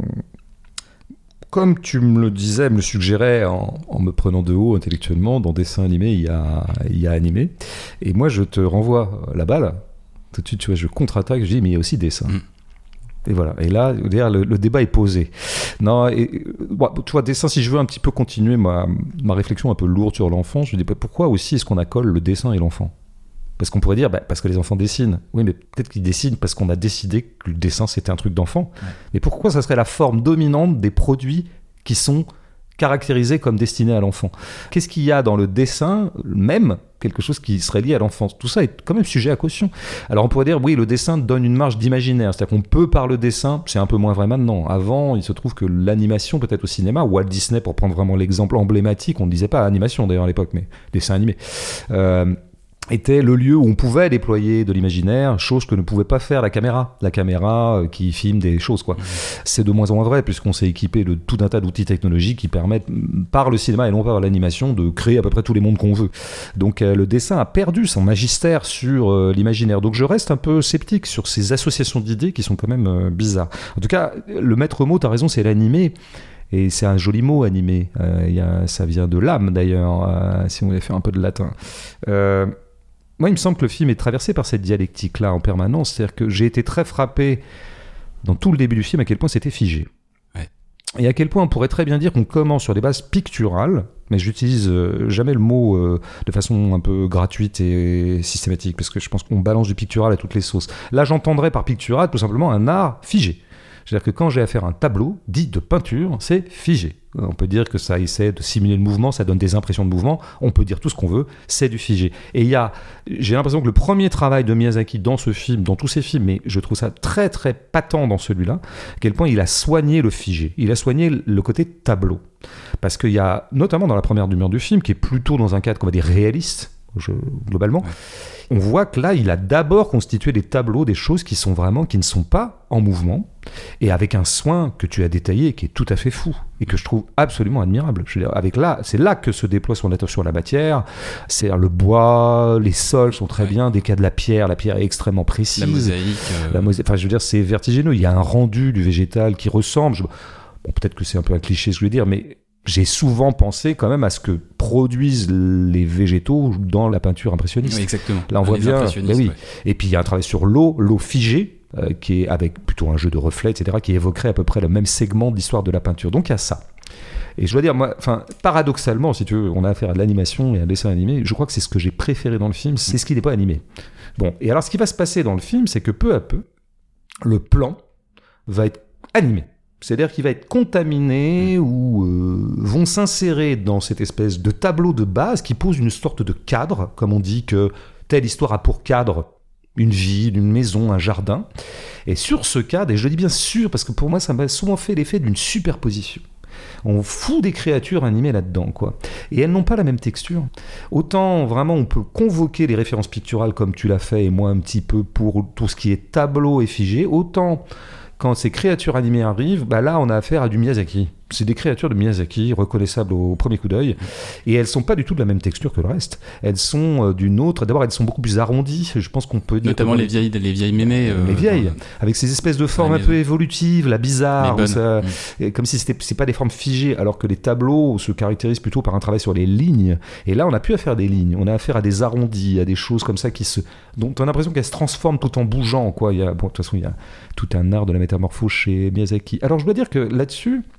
Comme tu me le disais, me le suggérais en, en me prenant de haut intellectuellement, dans dessin animé, il y a, il y a animé. Et moi, je te renvoie la balle. Tout de suite, tu vois, je contre-attaque, je dis, mais il y a aussi dessin. Mm. Et voilà. Et là, d'ailleurs, le, le débat est posé. Non, et, bon, tu vois, dessin, si je veux un petit peu continuer ma, ma réflexion un peu lourde sur l'enfant, je me dis, bah, pourquoi aussi est-ce qu'on accole le dessin et l'enfant ? Parce qu'on pourrait dire, bah, parce que les enfants dessinent. Oui, mais peut-être qu'ils dessinent parce qu'on a décidé que le dessin, c'était un truc d'enfant. Ouais. Mais pourquoi ça serait la forme dominante des produits qui sont caractérisés comme destinés à l'enfant ? Qu'est-ce qu'il y a dans le dessin même, quelque chose qui serait lié à l'enfance ? Tout ça est quand même sujet à caution. Alors on pourrait dire, oui, le dessin donne une marge d'imaginaire. C'est-à-dire qu'on peut, par le dessin, c'est un peu moins vrai maintenant. Avant, il se trouve que l'animation, peut-être au cinéma, Walt Disney, pour prendre vraiment l'exemple emblématique, on ne disait pas animation d'ailleurs à l'époque, mais dessin animé. Euh... était le lieu où on pouvait déployer de l'imaginaire, chose que ne pouvait pas faire la caméra. La caméra euh, qui filme des choses, quoi. Mmh. C'est de moins en moins vrai, puisqu'on s'est équipé de tout un tas d'outils technologiques qui permettent, par le cinéma et non par l'animation, de créer à peu près tous les mondes qu'on veut. Donc euh, le dessin a perdu son magistère sur euh, l'imaginaire. Donc je reste un peu sceptique sur ces associations d'idées qui sont quand même euh, bizarres. En tout cas, le maître mot, t'as raison, c'est l'animé. Et c'est un joli mot, animé. Euh, y a, ça vient de l'âme, d'ailleurs, euh, si on voulait faire un peu de latin. Euh, Moi, il me semble que le film est traversé par cette dialectique-là en permanence. C'est-à-dire que j'ai été très frappé dans tout le début du film à quel point c'était figé. Ouais. Et à quel point on pourrait très bien dire qu'on commence sur des bases picturales, mais j'utilise euh, jamais le mot euh, de façon un peu gratuite et systématique, parce que je pense qu'on balance du pictural à toutes les sauces. Là, j'entendrais par pictural tout simplement un art figé. C'est-à-dire que quand j'ai affaire à un tableau dit de peinture, c'est figé. On peut dire que ça essaie de simuler le mouvement, ça donne des impressions de mouvement, on peut dire tout ce qu'on veut, c'est du figé. Et il y a, j'ai l'impression que le premier travail de Miyazaki dans ce film, dans tous ses films, mais je trouve ça très très patent dans celui-là, à quel point il a soigné le figé, il a soigné le côté tableau. Parce qu'il y a, notamment dans la première demi-heure du film, qui est plutôt dans un cadre, on va dire, réaliste, je, globalement, ouais. On voit que là, il a d'abord constitué des tableaux, des choses qui sont vraiment, qui ne sont pas en mouvement, et avec un soin que tu as détaillé, qui est tout à fait fou, et que je trouve absolument admirable. Je veux dire, avec là, c'est là que se déploie son attention à la matière, c'est le bois, les sols sont très ouais. bien, dès qu'il y a de la pierre, la pierre est extrêmement précise.
La mosaïque. Euh...
La mosaïque, enfin, je veux dire, c'est vertigineux, il y a un rendu du végétal qui ressemble, je... bon, peut-être que c'est un peu un cliché ce que je veux dire, mais j'ai souvent pensé quand même à ce que produisent les végétaux dans la peinture impressionniste.
Oui, exactement.
Là, on voit bien. Ben oui.
Ouais.
Et puis il y a un travail sur l'eau, l'eau figée, euh, qui est avec plutôt un jeu de reflets, et cetera, qui évoquerait à peu près le même segment de l'histoire de la peinture. Donc il y a ça. Et je dois dire, moi, enfin, paradoxalement, si tu veux, on a affaire à de l'animation et à un dessin animé. Je crois que c'est ce que j'ai préféré dans le film, c'est ce qui n'est pas animé. Bon, et alors ce qui va se passer dans le film, c'est que peu à peu, le plan va être animé. C'est-à-dire qu'il va être contaminé ou euh, vont s'insérer dans cette espèce de tableau de base qui pose une sorte de cadre, comme on dit que telle histoire a pour cadre une ville, une maison, un jardin. Et sur ce cadre, et je le dis bien sûr parce que pour moi ça m'a souvent fait l'effet d'une superposition. On fout des créatures animées là-dedans, quoi. Et elles n'ont pas la même texture. Autant, vraiment, on peut convoquer les références picturales comme tu l'as fait, et moi un petit peu pour tout ce qui est tableau et figé, autant... Quand ces créatures animées arrivent, bah là, on a affaire à du Miyazaki. C'est des créatures de Miyazaki, reconnaissables au premier coup d'œil. Et elles ne sont pas du tout de la même texture que le reste. Elles sont euh, d'une autre... D'abord, elles sont beaucoup plus arrondies. Je pense qu'on peut dire...
Notamment les vieilles, les vieilles mémées. Euh,
les vieilles, euh, avec ces espèces de formes un peu évolutives, la bizarre. Ça,
mmh.
Comme si c'était, c'est pas des formes figées, alors que les tableaux se caractérisent plutôt par un travail sur les lignes. Et là, on n'a plus affaire à des lignes. On a affaire à des arrondis, à des choses comme ça qui se... dont on a l'impression qu'elles se transforment tout en bougeant, quoi. Il y a, bon, de toute façon, il y a tout un art de la métamorphose chez Miyazaki. Alors, je dois dire que là-dessus...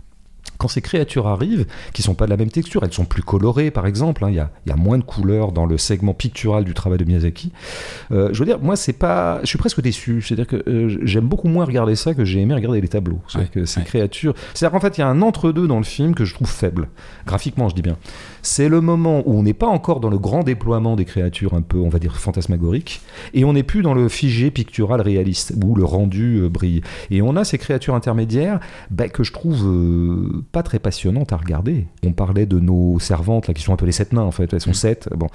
Quand ces créatures arrivent, qui sont pas de la même texture, elles sont plus colorées par exemple, hein, il y a, il y a moins de couleurs dans le segment pictural du travail de Miyazaki. Euh, je veux dire, moi c'est pas, je suis presque déçu, c'est-à-dire que euh, j'aime beaucoup moins regarder ça que j'ai aimé regarder les tableaux. C'est-à-dire
ouais,
que ces
ouais.
créatures, c'est-à-dire qu'en fait il y a un entre-deux dans le film que je trouve faible, graphiquement je dis bien. C'est le moment où on n'est pas encore dans le grand déploiement des créatures un peu, on va dire, fantasmagoriques, et on n'est plus dans le figé pictural réaliste, où le rendu euh, brille. Et on a ces créatures intermédiaires bah, que je trouve euh, pas très passionnantes à regarder. On parlait de nos servantes, là, qui sont un peu les sept nains, en fait, elles sont mmh. sept. Bon.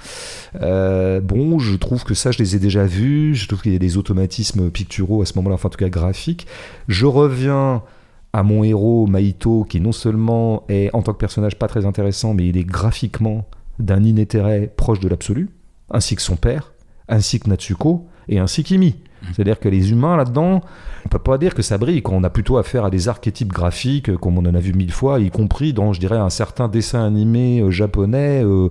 Euh, bon, je trouve que ça, je les ai déjà vus, je trouve qu'il y a des automatismes picturaux à ce moment-là, enfin en tout cas graphiques. Je reviens à mon héros Mahito, qui non seulement est en tant que personnage pas très intéressant, mais il est graphiquement d'un inintérêt proche de l'absolu, ainsi que son père, ainsi que Natsuko, et ainsi qu'Imi. Mmh. C'est-à-dire que les humains là-dedans, on peut pas dire que ça brille, quand on a plutôt affaire à des archétypes graphiques, comme on en a vu mille fois, y compris dans, je dirais, un certain dessin animé euh, japonais euh,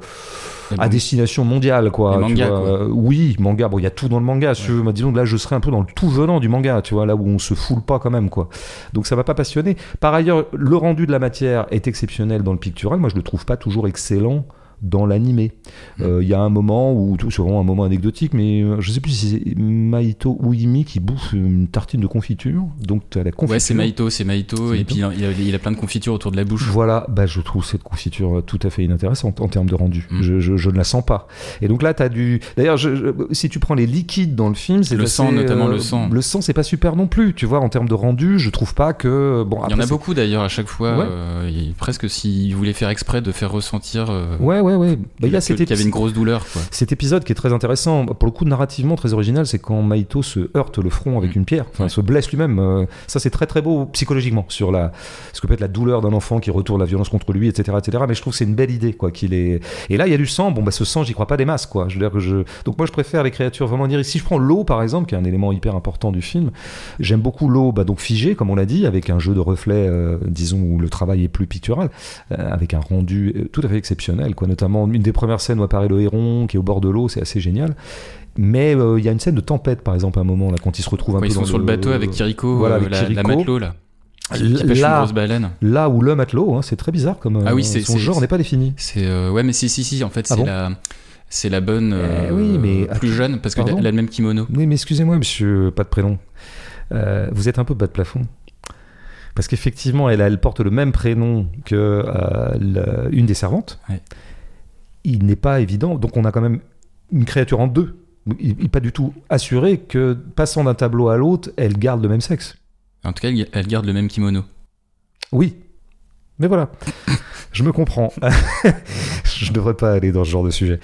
à bon, destination mondiale, quoi.
Les mangas,
tu vois.
quoi.
Euh, oui, manga, bon, il y a tout dans le manga, si
ouais.
tu veux. Mais disons que là, je serais un peu dans le tout venant du manga, tu vois, là où on se foule pas quand même, quoi. Donc ça m'a pas passionné. Par ailleurs, le rendu de la matière est exceptionnel dans le pictural. Moi, je le trouve pas toujours excellent dans l'animé. Il mmh. euh, y a un moment où, c'est vraiment un moment anecdotique, mais euh, je sais plus si c'est Mahito ou Imi qui bouffe une tartine de confiture, donc tu as la confiture.
Ouais, c'est Mahito, c'est Mahito, c'est et Mahito. Puis il a, il a plein de confitures autour de la bouche.
Voilà, bah, je trouve cette confiture tout à fait inintéressante en termes de rendu. Mmh. Je, je, je ne la sens pas. Et donc là, tu as du... D'ailleurs, je, je, si tu prends les liquides dans le film, c'est
le
assez,
sang, notamment
euh,
le sang.
Le sang, c'est pas super non plus, tu vois, en termes de rendu, je trouve pas que... Bon,
il y en a
c'est...
beaucoup d'ailleurs, à chaque fois,
ouais.
euh, il, presque s'il voulait faire exprès de faire ressentir... Euh,
ouais, ouais, ouais. Bah, il y a
qu'il y avait une grosse douleur, quoi.
Cet épisode qui est très intéressant, pour le coup narrativement très original, c'est quand Mahito se heurte le front avec mmh. une pierre, enfin ouais. se blesse lui-même. Euh, ça c'est très très beau psychologiquement sur la, ce que peut être la douleur d'un enfant qui retourne la violence contre lui, et cetera, et cetera. Mais je trouve que c'est une belle idée, quoi. Qu'il est... Et là il y a du sang. Bon bah ce sang, j'y crois pas des masses, quoi. Je veux dire que je... Donc moi je préfère les créatures vraiment dire. Si je prends l'eau par exemple, qui est un élément hyper important du film, j'aime beaucoup l'eau, bah donc figée comme on l'a dit, avec un jeu de reflets, euh, disons où le travail est plus pictural, euh, avec un rendu tout à fait exceptionnel, quoi. Notamment une des premières scènes où apparaît le héron qui est au bord de l'eau, c'est assez génial. Mais il euh, y a une scène de tempête par exemple à un moment là quand ils se retrouvent un
quand
peu
ils sont
dans
sur le,
le
bateau avec Kiriko,
voilà, avec
euh, la,
Kiriko.
la matelot là qui, qui pêche
là,
une grosse baleine.
Là où le matelot, hein, c'est très bizarre comme
ah oui, c'est,
son
c'est,
genre
c'est,
n'est pas défini.
C'est euh, ouais mais si si si en fait
ah
c'est
bon
la c'est la bonne euh,
eh oui, mais,
plus jeune parce qu'elle a le même kimono.
Oui mais excusez-moi monsieur pas de prénom. Euh, vous êtes un peu bas de plafond. Parce qu'effectivement elle, elle porte le même prénom que euh, le, une des servantes.
Ouais.
Il n'est pas évident, donc on a quand même une créature en deux. Il n'est pas du tout assuré que, passant d'un tableau à l'autre, elle garde le même sexe.
En tout cas, elle garde le même kimono.
Oui, mais voilà, je me comprends. Je ne devrais pas aller dans ce genre de sujet.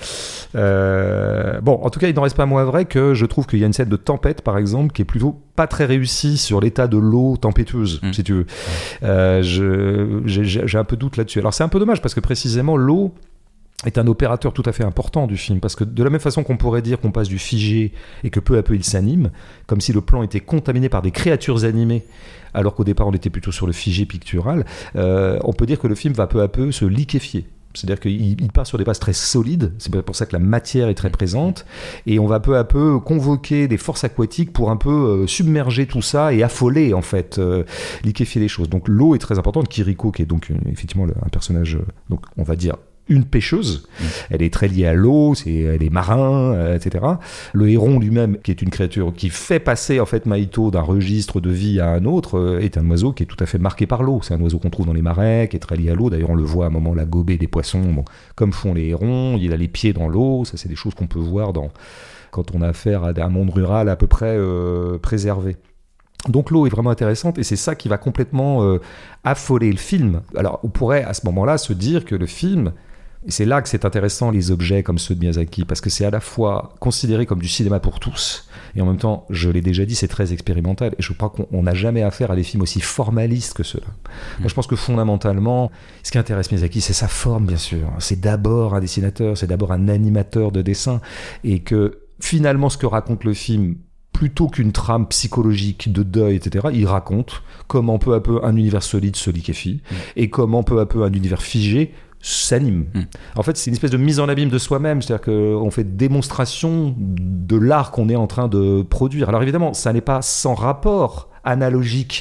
Euh, bon, en tout cas, il n'en reste pas moins vrai que je trouve qu'il y a une scène de tempête, par exemple, qui est plutôt pas très réussie sur l'état de l'eau tempétueuse, mmh. si tu veux. Euh, je, j'ai, j'ai un peu de doute là-dessus. Alors, c'est un peu dommage, parce que précisément, l'eau est un opérateur tout à fait important du film, parce que de la même façon qu'on pourrait dire qu'on passe du figé et que peu à peu il s'anime, comme si le plan était contaminé par des créatures animées, alors qu'au départ on était plutôt sur le figé pictural, euh, on peut dire que le film va peu à peu se liquéfier. C'est-à-dire qu'il il part sur des bases très solides, c'est pour ça que la matière est très présente, et on va peu à peu convoquer des forces aquatiques pour un peu euh, submerger tout ça et affoler, en fait, euh, liquéfier les choses. Donc l'eau est très importante. Kiriko, qui est donc une, effectivement un personnage, donc on va dire une pêcheuse, mmh. elle est très liée à l'eau, c'est, elle est marin, euh, et cetera. Le héron lui-même, qui est une créature qui fait passer en fait Mahito d'un registre de vie à un autre, euh, est un oiseau qui est tout à fait marqué par l'eau. C'est un oiseau qu'on trouve dans les marais, qui est très lié à l'eau. D'ailleurs, on le voit à un moment là gober des poissons, bon, comme font les hérons. Il a les pieds dans l'eau. Ça, c'est des choses qu'on peut voir dans, quand on a affaire à un monde rural à peu près euh, préservé. Donc l'eau est vraiment intéressante et c'est ça qui va complètement euh, affoler le film. Alors on pourrait à ce moment-là se dire que le film, et c'est là que c'est intéressant les objets comme ceux de Miyazaki, parce que c'est à la fois considéré comme du cinéma pour tous, et en même temps, je l'ai déjà dit, c'est très expérimental, et je crois qu'on n'a jamais affaire à des films aussi formalistes que ceux-là. Mmh. Moi je pense que fondamentalement, ce qui intéresse Miyazaki, c'est sa forme bien sûr. C'est d'abord un dessinateur, c'est d'abord un animateur de dessin, et que finalement ce que raconte le film, plutôt qu'une trame psychologique de deuil, et cetera, il raconte comment peu à peu un univers solide se liquéfie, mmh. et comment peu à peu un univers figé s'anime. Mmh. En fait, c'est une espèce de mise en abîme de soi-même, c'est-à-dire qu'on fait démonstration de l'art qu'on est en train de produire. Alors évidemment, ça n'est pas sans rapport analogique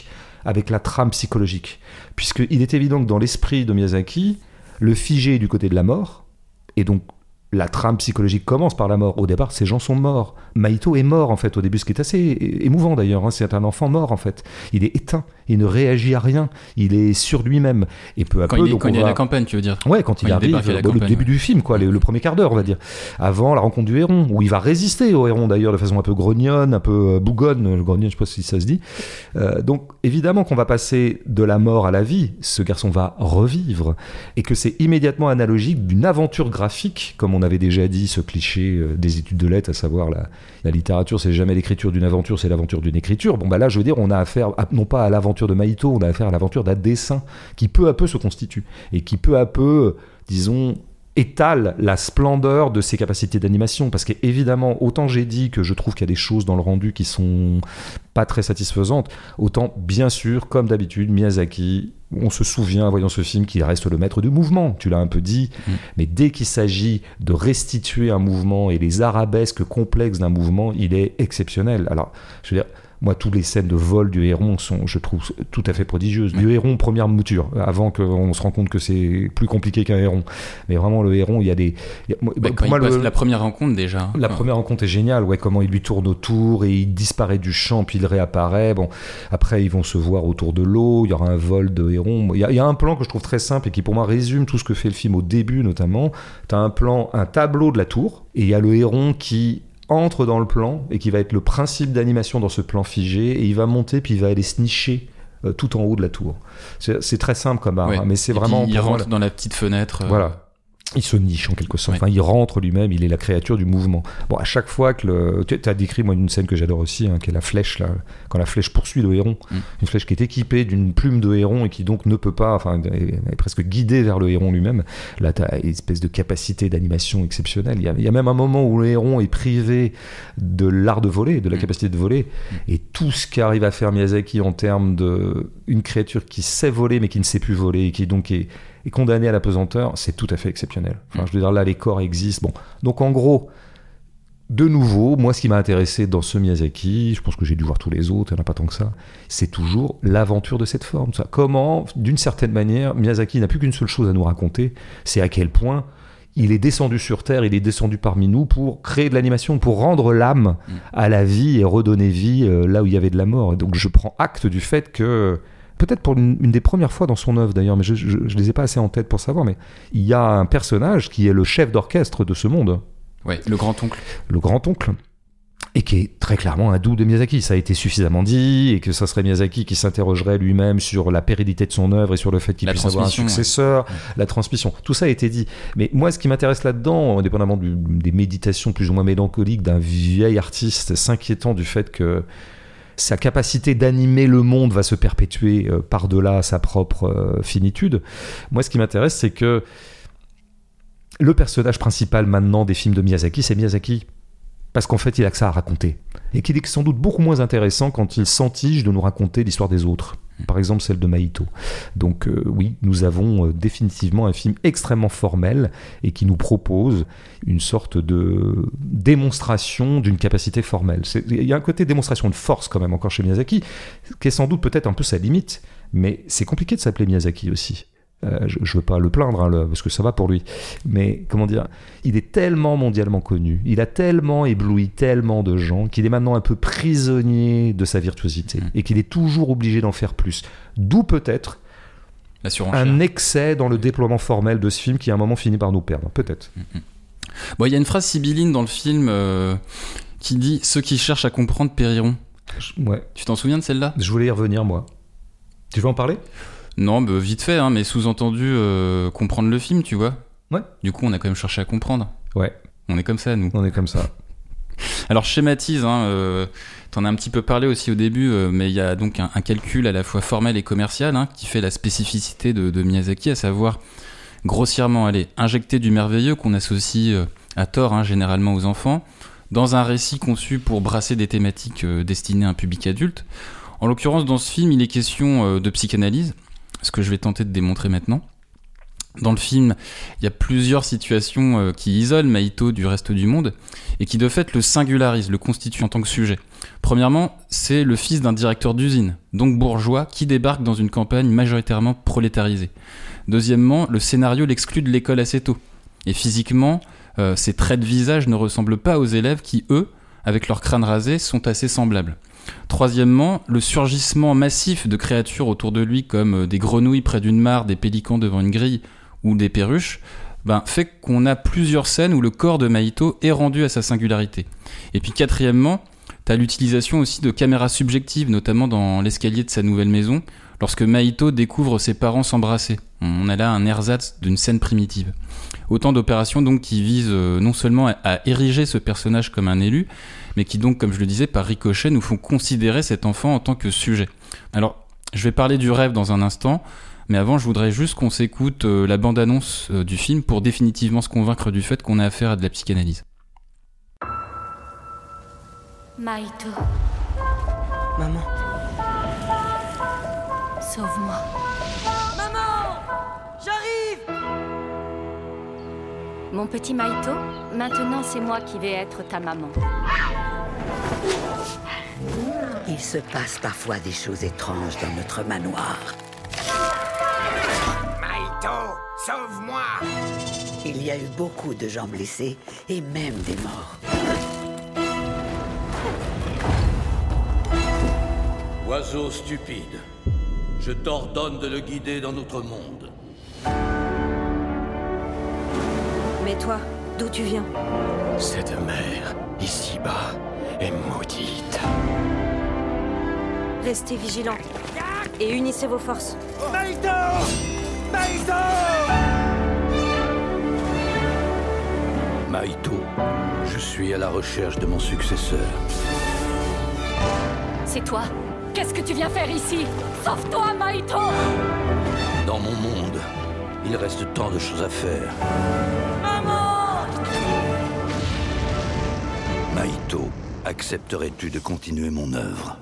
avec la trame psychologique. Puisqu'il est évident que dans l'esprit de Miyazaki, le figé est du côté de la mort, et donc la trame psychologique commence par la mort. Au départ, ces gens sont morts. Mahito est mort, en fait, au début, ce qui est assez émouvant, d'ailleurs. Hein. C'est un enfant mort, en fait. Il est éteint. Il ne réagit à rien. Il est sur lui-même. Et peu à
quand
peu...
Il est,
donc
quand
on
il est
va...
à la campagne, tu veux dire.
Ouais, quand, quand il, il arrive, bon,
campagne,
le début ouais. du film, quoi, le, le premier quart d'heure, on va dire. Avant la rencontre du héron, où il va résister au héron, d'ailleurs, de façon un peu grognonne, un peu bougonne. Grognonne, je sais pas si ça se dit. Euh, donc, évidemment qu'on va passer de la mort à la vie. Ce garçon va revivre. Et que c'est immédiatement analogique d'une aventure graphique, comme on avait déjà dit, ce cliché euh, des études de lettres, à savoir la, la littérature, c'est jamais l'écriture d'une aventure, c'est l'aventure d'une écriture. Bon, bah là, je veux dire, on a affaire, à, non pas à l'aventure de Mahito, on a affaire à l'aventure d'un dessin qui peu à peu se constitue et qui peu à peu, disons, étale la splendeur de ses capacités d'animation. Parce qu'évidemment, autant j'ai dit que je trouve qu'il y a des choses dans le rendu qui sont pas très satisfaisantes, autant, bien sûr, comme d'habitude, Miyazaki, on se souvient, en voyant ce film, qu'il reste le maître du mouvement, tu l'as un peu dit, mmh. mais dès qu'il s'agit de restituer un mouvement et les arabesques complexes d'un mouvement, il est exceptionnel. Alors, je veux dire, moi, toutes les scènes de vol du héron sont, je trouve, tout à fait prodigieuses. Oui. Du héron, première mouture, avant qu'on se rende compte que c'est plus compliqué qu'un héron. Mais vraiment, le héron, il y a des... Il y a,
bah, quand moi, il passe le... la première rencontre, déjà.
La ouais. première rencontre est géniale, ouais, comment il lui tourne autour et il disparaît du champ, puis il réapparaît. Bon, après, ils vont se voir autour de l'eau, il y aura un vol de héron. Il y a, il y a un plan que je trouve très simple et qui, pour moi, résume tout ce que fait le film au début, notamment. Tu as un plan, un tableau de la tour, et il y a le héron qui... entre dans le plan et qui va être le principe d'animation dans ce plan figé et il va monter puis il va aller se nicher euh, tout en haut de la tour. C'est, c'est très simple comme art, ouais. hein, mais c'est
et
vraiment...
il rentre
moi,
dans la petite fenêtre. Euh...
Voilà. Il se niche en quelque sorte.
Ouais.
Enfin, il rentre lui-même, il est la créature du mouvement. Bon, à chaque fois que le... Tu as décrit, moi, une scène que j'adore aussi, hein, qui est la flèche, là, quand la flèche poursuit le héron. Mm. Une flèche qui est équipée d'une plume de héron et qui donc ne peut pas... Enfin, est, est presque guidée vers le héron lui-même. Là, tu as une espèce de capacité d'animation exceptionnelle. Il y, a, il y a même un moment où le héron est privé de l'art de voler, de la mm. capacité de voler. Mm. Et tout ce qu'arrive à faire Miyazaki en termes de... une créature qui sait voler mais qui ne sait plus voler et qui donc est... est condamné à la pesanteur, c'est tout à fait exceptionnel. Enfin, je veux dire, là, les corps existent. Bon. Donc, en gros, de nouveau, moi, ce qui m'a intéressé dans ce Miyazaki, je pense que j'ai dû voir tous les autres, il n'y en a pas tant que ça, c'est toujours l'aventure de cette forme. Ça. Comment, d'une certaine manière, Miyazaki n'a plus qu'une seule chose à nous raconter, c'est à quel point il est descendu sur Terre, il est descendu parmi nous pour créer de l'animation, pour rendre l'âme à la vie et redonner vie euh, là où il y avait de la mort. Et donc, je prends acte du fait que... peut-être pour une, une des premières fois dans son œuvre d'ailleurs, mais je ne les ai pas assez en tête pour savoir, mais il y a un personnage qui est le chef d'orchestre de ce monde.
Ouais, le grand-oncle.
Le grand-oncle, et qui est très clairement un doux de Miyazaki. Ça a été suffisamment dit, et que ça serait Miyazaki qui s'interrogerait lui-même sur la pérennité de son œuvre et sur le fait qu'il la puisse avoir un successeur, ouais. la transmission. Tout ça a été dit. Mais moi, ce qui m'intéresse là-dedans, indépendamment du, des méditations plus ou moins mélancoliques d'un vieil artiste s'inquiétant du fait que sa capacité d'animer le monde va se perpétuer euh, par-delà sa propre euh, finitude. Moi, ce qui m'intéresse, c'est que le personnage principal maintenant des films de Miyazaki, c'est Miyazaki. Parce qu'en fait, il a que ça à raconter. Et qu'il est sans doute beaucoup moins intéressant quand il s'entiche de nous raconter l'histoire des autres. Par exemple, celle de Mahito. Donc euh, oui, nous avons euh, définitivement un film extrêmement formel et qui nous propose une sorte de démonstration d'une capacité formelle. Il y a un côté démonstration de force quand même encore chez Miyazaki, qui est sans doute peut-être un peu sa limite, mais c'est compliqué de s'appeler Miyazaki aussi. Euh, je ne veux pas le plaindre, hein, le, parce que ça va pour lui. Mais comment dire, il est tellement mondialement connu, il a tellement ébloui tellement de gens qu'il est maintenant un peu prisonnier de sa virtuosité mmh. et qu'il est toujours obligé d'en faire plus. D'où peut-être un excès dans le déploiement formel de ce film qui à un moment finit par nous perdre. Peut-être.
Mmh. Bon, il y a une phrase sibylline dans le film euh, qui dit « Ceux qui cherchent à comprendre périront ».
Ouais.
Tu t'en souviens de celle-là ?
Je voulais y revenir, moi. Tu veux en parler ?
Non, bah, vite fait, hein, mais sous-entendu euh, comprendre le film, tu vois.
Ouais.
Du coup, on a quand même cherché à comprendre.
Ouais.
On est comme ça, nous.
On est comme ça.
Alors, je schématise, hein, euh, t'en as un petit peu parlé aussi au début, euh, mais il y a donc un, un calcul à la fois formel et commercial hein, qui fait la spécificité de, de Miyazaki, à savoir, grossièrement, allez, injecter du merveilleux qu'on associe euh, à tort, hein, généralement aux enfants, dans un récit conçu pour brasser des thématiques euh, destinées à un public adulte. En l'occurrence, dans ce film, il est question euh, de psychanalyse, ce que je vais tenter de démontrer maintenant. Dans le film, il y a plusieurs situations euh, qui isolent Mahito du reste du monde et qui de fait le singularisent, le constituent en tant que sujet. Premièrement, c'est le fils d'un directeur d'usine, donc bourgeois, qui débarque dans une campagne majoritairement prolétarisée. Deuxièmement, le scénario l'exclut de l'école assez tôt. Et physiquement, euh, ses traits de visage ne ressemblent pas aux élèves qui, eux, avec leur crâne rasé, sont assez semblables. Troisièmement, le surgissement massif de créatures autour de lui, comme des grenouilles près d'une mare, des pélicans devant une grille ou des perruches, ben, fait qu'on a plusieurs scènes où le corps de Mahito est rendu à sa singularité. Et puis quatrièmement, t'as l'utilisation aussi de caméras subjectives, notamment dans l'escalier de sa nouvelle maison, lorsque Mahito découvre ses parents s'embrasser. On a là un ersatz d'une scène primitive. Autant d'opérations donc qui visent euh, non seulement à, à ériger ce personnage comme un élu, mais qui donc, comme je le disais, par ricochet, nous font considérer cet enfant en tant que sujet. Alors, je vais parler du rêve dans un instant, mais avant, je voudrais juste qu'on s'écoute euh, la bande-annonce euh, du film pour définitivement se convaincre du fait qu'on a affaire à de la psychanalyse.
Mahito.
Maman.
Sauve-moi.
Maman! J'arrive!
Mon petit Mahito, maintenant c'est moi qui vais être ta maman.
Il se passe parfois des choses étranges dans notre manoir.
Mahito, sauve-moi!
Il y a eu beaucoup de gens blessés et même des morts.
Oiseau stupide, je t'ordonne de le guider dans notre monde.
Mais toi, d'où tu viens?
Cette mer, ici-bas, est maudite.
Restez vigilants et unissez vos forces.
Mahito! Mahito!
Mahito, je suis à la recherche de mon successeur.
C'est toi? Qu'est-ce que tu viens faire ici? Sauve-toi, Mahito!
Dans mon monde, il reste tant de choses à faire.
Maman!
Mahito, accepterais-tu de continuer mon œuvre?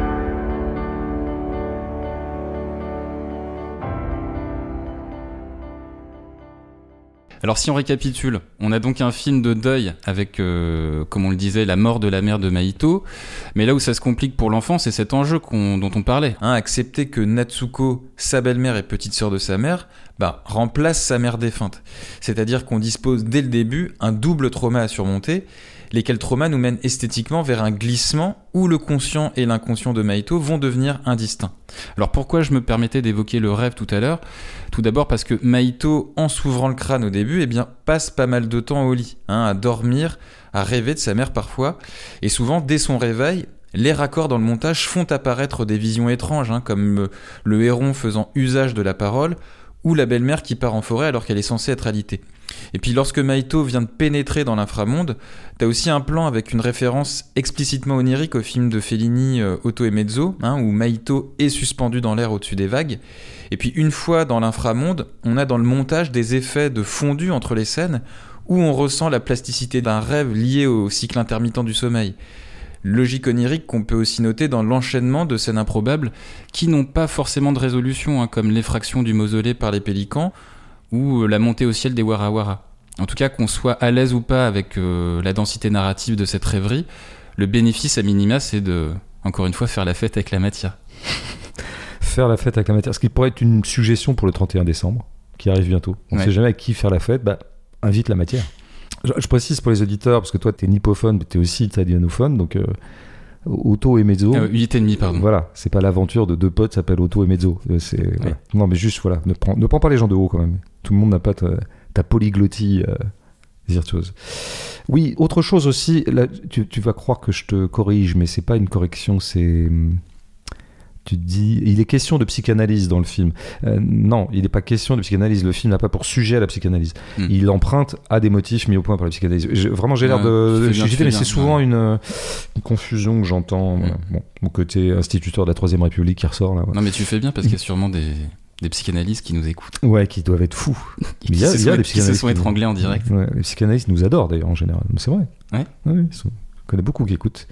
Alors si on récapitule, on a donc un film de deuil avec, euh, comme on le disait, la mort de la mère de Mahito. Mais là où ça se complique pour l'enfant, c'est cet enjeu qu'on, dont on parlait. Hein, accepter que Natsuko, sa belle-mère et petite sœur de sa mère, bah, remplace sa mère défunte. C'est-à-dire qu'on dispose dès le début un double trauma à surmonter, lesquels traumas nous mènent esthétiquement vers un glissement où le conscient et l'inconscient de Mahito vont devenir indistincts. Alors pourquoi je me permettais d'évoquer le rêve tout à l'heure ? Tout d'abord parce que Mahito, en s'ouvrant le crâne au début, eh bien, passe pas mal de temps au lit, hein, à dormir, à rêver de sa mère parfois, et souvent, dès son réveil, les raccords dans le montage font apparaître des visions étranges, hein, comme le héron faisant usage de la parole, ou la belle-mère qui part en forêt alors qu'elle est censée être alitée. Et puis lorsque Mahito vient de pénétrer dans l'inframonde, t'as aussi un plan avec une référence explicitement onirique au film de Fellini euh, Otto et Mezzo, hein, où Mahito est suspendu dans l'air au-dessus des vagues. Et puis une fois dans l'inframonde, on a dans le montage des effets de fondu entre les scènes où on ressent la plasticité d'un rêve lié au cycle intermittent du sommeil. Logique onirique qu'on peut aussi noter dans l'enchaînement de scènes improbables qui n'ont pas forcément de résolution, hein, comme l'effraction du mausolée par les pélicans ou la montée au ciel des Warawara. En tout cas, qu'on soit à l'aise ou pas avec euh, la densité narrative de cette rêverie, le bénéfice à minima, c'est de, encore une fois, faire la fête avec la matière.
Faire la fête avec la matière, ce qui pourrait être une suggestion pour le trente et un décembre, qui arrive bientôt. On ne
ouais.
sait jamais avec qui faire la fête, bah, invite la matière. Je, je précise pour les auditeurs, parce que toi, tu es nippophone, mais tu es aussi italianophone, donc euh, Otto et Mezzo.
Euh, huit et demi, pardon.
Voilà, c'est pas l'aventure de deux potes s'appellent Otto et Mezzo. C'est, ouais. Voilà. Non, mais juste, voilà, ne prends, ne prends pas les gens de haut quand même. Tout le monde n'a pas ta, ta polyglottie euh, virtuose. Oui, autre chose aussi, là, tu, tu vas croire que je te corrige, mais c'est pas une correction, c'est... Tu te dis, il est question de psychanalyse dans le film. Euh, non, il n'est pas question de psychanalyse. Le film n'a pas pour sujet la psychanalyse. Mm. Il emprunte à des motifs mis au point par la psychanalyse. Je, vraiment, j'ai ouais, l'air de. Je suis mais c'est souvent ouais. une, une confusion que j'entends. Mm. Voilà. Bon, mon côté instituteur de la Troisième République qui ressort là. Voilà.
Non, mais tu fais bien parce qu'il y a sûrement des, des psychanalystes qui nous écoutent.
Ouais, qui doivent être fous.
qui, se sont, qui se sont étranglés en direct.
Ouais, les psychanalystes nous adorent d'ailleurs en général. C'est vrai.
Ouais.
ouais ils sont... Je connais beaucoup qui écoutent.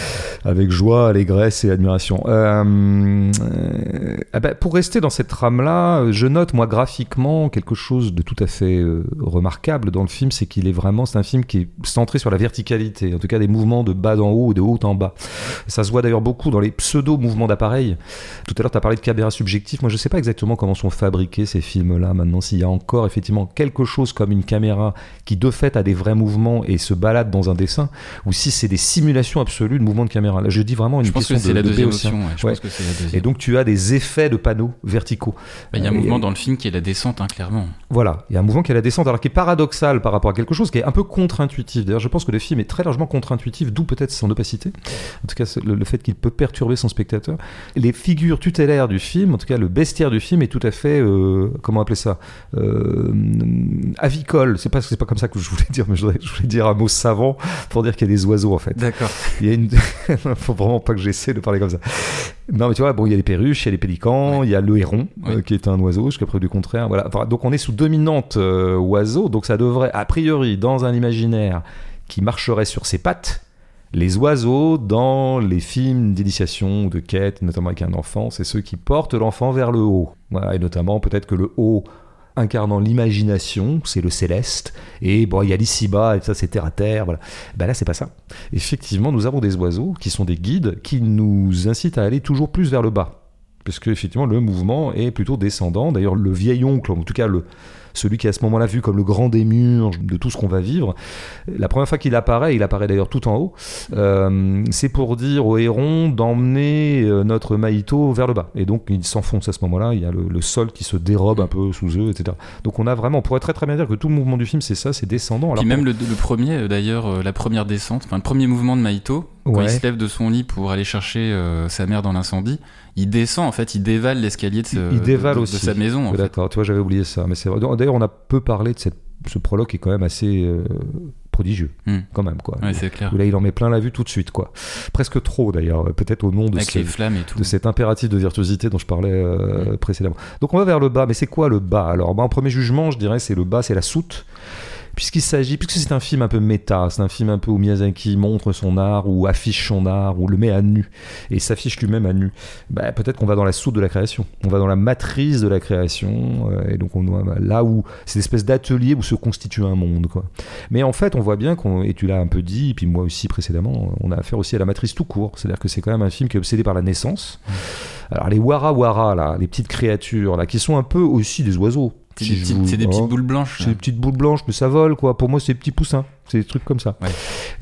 Avec joie, allégresse et admiration. Euh, euh, ah ben, pour rester dans cette trame-là, je note, moi, graphiquement, quelque chose de tout à fait euh, remarquable dans le film, c'est qu'il est vraiment, c'est un film qui est centré sur la verticalité, en tout cas des mouvements de bas en haut et de haut en bas. Ça se voit d'ailleurs beaucoup dans les pseudo-mouvements d'appareil. Tout à l'heure, tu as parlé de caméra subjective. Moi, je sais pas exactement comment sont fabriqués ces films-là maintenant, s'il y a encore effectivement quelque chose comme une caméra qui, de fait, a des vrais mouvements et se balade dans un dessin, ou si c'est des simulations absolues de mouvements de caméra. Là, je dis vraiment une
je pense
question
que c'est
de,
la
de
deuxième
Béotien.
option. Ouais, je
ouais.
pense que c'est la deuxième.
Et donc tu as des effets de panneaux verticaux.
Bah, il y a un
euh,
mouvement
et,
dans le film qui est la descente, hein, clairement.
Voilà, il y a un mouvement qui est la descente, alors qui est paradoxal par rapport à quelque chose qui est un peu contre-intuitif. D'ailleurs, je pense que le film est très largement contre-intuitif, d'où peut-être son opacité. En tout cas, le, le fait qu'il peut perturber son spectateur. Les figures tutélaires du film, en tout cas le bestiaire du film, est tout à fait, euh, comment appeler ça, euh, avicole. C'est pas, c'est pas comme ça que je voulais dire, mais je voulais, je voulais dire un mot savant pour dire qu'il y a des oiseaux en fait.
D'accord.
Il y a une, faut vraiment pas que j'essaie de parler comme ça. Non, mais tu vois, bon, il y a les perruches, il y a les pélicans,
ouais.
il y a le héron,
ouais.
euh, qui est un oiseau, jusqu'à preuve du contraire. Voilà. Enfin, donc on est sous dominante euh, oiseau, donc ça devrait, a priori, dans un imaginaire qui marcherait sur ses pattes, les oiseaux, dans les films d'initiation ou de quête, notamment avec un enfant, c'est ceux qui portent l'enfant vers le haut. Voilà, et notamment, peut-être que le haut incarnant l'imagination, c'est le céleste, et bon, il y a l'ici-bas, et ça c'est terre à terre, voilà. Ben là, c'est pas ça. Effectivement, nous avons des oiseaux qui sont des guides qui nous incitent à aller toujours plus vers le bas, puisque effectivement, le mouvement est plutôt descendant. D'ailleurs, le vieil oncle, en tout cas le celui qui est à ce moment-là vu comme le grand démiurge de tout ce qu'on va vivre, la première fois qu'il apparaît, il apparaît d'ailleurs tout en haut, euh, c'est pour dire au héron d'emmener euh, notre Mahito vers le bas. Et donc il s'enfonce à ce moment-là, il y a le, le sol qui se dérobe un peu sous eux, et cetera. Donc on a vraiment, on pourrait très très bien dire que tout le mouvement du film c'est ça, c'est descendant.
Puis
alors
même
qu'on...
le, le premier, d'ailleurs, euh, la première descente, enfin le premier mouvement de Mahito, quand
ouais.
il se lève de son lit pour aller chercher euh, sa mère dans l'incendie, il descend, en fait, il dévale l'escalier de, ce,
il dévale
de, de,
aussi.
de sa maison. En
D'accord,
fait.
tu vois, j'avais oublié ça. Mais c'est vrai. D'ailleurs, on a peu parlé de cette, ce prologue qui est quand même assez euh, prodigieux,
mm.
quand même. Quoi.
Ouais, c'est clair.
Où là, il en met plein la vue tout de suite. Quoi. Presque trop, d'ailleurs, peut-être au nom de,
Avec
ce,
les flammes et tout.
de cet impératif de virtuosité dont je parlais euh,
mm.
précédemment. Donc, on va vers le bas. Mais c'est quoi le bas? Alors, bah, en premier jugement, je dirais c'est le bas, c'est la soute. Puisqu'il s'agit, puisque c'est un film un peu méta, c'est un film un peu où Miyazaki montre son art, ou affiche son art, ou le met à nu, et s'affiche lui-même à nu, bah, peut-être qu'on va dans la soute de la création, on va dans la matrice de la création, euh, et donc on doit, là où c'est une espèce d'atelier où se constitue un monde, quoi. Mais en fait, on voit bien, qu'on, et tu l'as un peu dit, et puis moi aussi précédemment, on a affaire aussi à la matrice tout court, c'est-à-dire que c'est quand même un film qui est obsédé par la naissance. Alors les wara wara, là, les petites créatures, là, qui sont un peu aussi des oiseaux.
C'est,
si
des, petites,
vous...
c'est des
oh,
petites boules blanches.
C'est des petites boules blanches, mais ça vole, quoi. Pour moi, c'est des petits poussins. C'est des trucs comme ça.
Ouais.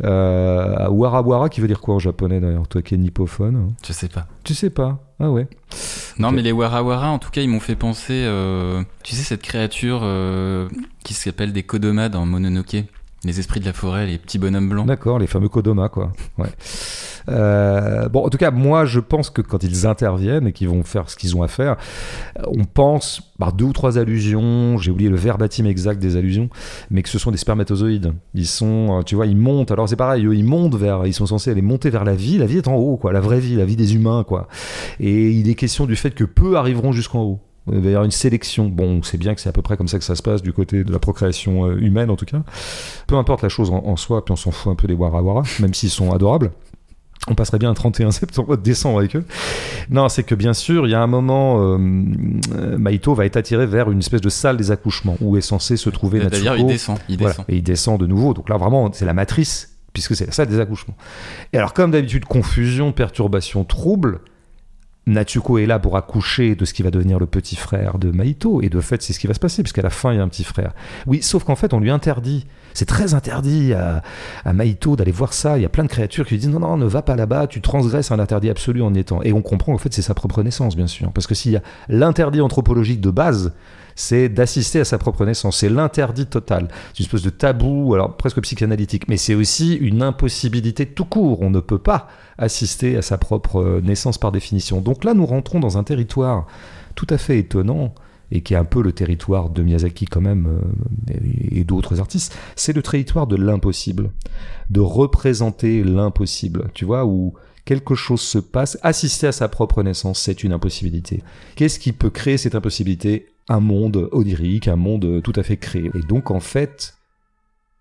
Euh, wara wara, qui veut dire quoi en japonais d'ailleurs? Toi qui es nippophone.
Je sais pas.
Tu sais pas? Ah ouais.
Non,
okay.
mais les warawara, en tout cas, ils m'ont fait penser. Euh, tu sais, cette créature euh, qui s'appelle des Kodoma dans Mononoke. Les esprits de la forêt, les petits bonhommes blancs.
D'accord, les fameux Kodoma, quoi. Ouais. Euh, bon, en tout cas, moi, je pense que quand ils interviennent et qu'ils vont faire ce qu'ils ont à faire, on pense par deux ou trois allusions, j'ai oublié le verbatim exact des allusions, mais que ce sont des spermatozoïdes. Ils sont, tu vois, ils montent. Alors c'est pareil, eux, ils montent vers, ils sont censés aller monter vers la vie. La vie est en haut, quoi. La vraie vie, la vie des humains, quoi. Et il est question du fait que peu arriveront jusqu'en haut. Il va y avoir une sélection. Bon, on sait bien que c'est à peu près comme ça que ça se passe du côté de la procréation euh, humaine, en tout cas. Peu importe la chose en, en soi, puis on s'en fout un peu des warawara, même s'ils sont adorables. On passerait bien un trente et un septembre, décembre avec eux. Non, c'est que bien sûr, il y a un moment, euh, Mahito va être attiré vers une espèce de salle des accouchements où est censé se trouver Natsuko.
D'ailleurs, il descend. Il
voilà.
descend.
Et il descend de nouveau. Donc là, vraiment, c'est la matrice, puisque c'est la salle des accouchements. Et alors, comme d'habitude, confusion, perturbation, trouble. Natsuko est là pour accoucher de ce qui va devenir le petit frère de Mahito, et de fait c'est ce qui va se passer, puisqu'à la fin il y a un petit frère. Oui, sauf qu'en fait on lui interdit, c'est très interdit à, à Mahito d'aller voir ça. Il y a plein de créatures qui lui disent non, non, ne va pas là-bas, tu transgresses un interdit absolu en y étant. Et on comprend qu'en fait c'est sa propre naissance, bien sûr, parce que s'il y a l'interdit anthropologique de base, c'est d'assister à sa propre naissance, c'est l'interdit total, c'est une espèce de tabou, alors presque psychanalytique, mais c'est aussi une impossibilité tout court, on ne peut pas assister à sa propre naissance par définition. Donc là, nous rentrons dans un territoire tout à fait étonnant, et qui est un peu le territoire de Miyazaki quand même, euh, et d'autres artistes, c'est le territoire de l'impossible, de représenter l'impossible, tu vois, où quelque chose se passe, assister à sa propre naissance, c'est une impossibilité. Qu'est-ce qui peut créer cette impossibilité ? Un monde onirique, un monde tout à fait créé. Et donc, en fait,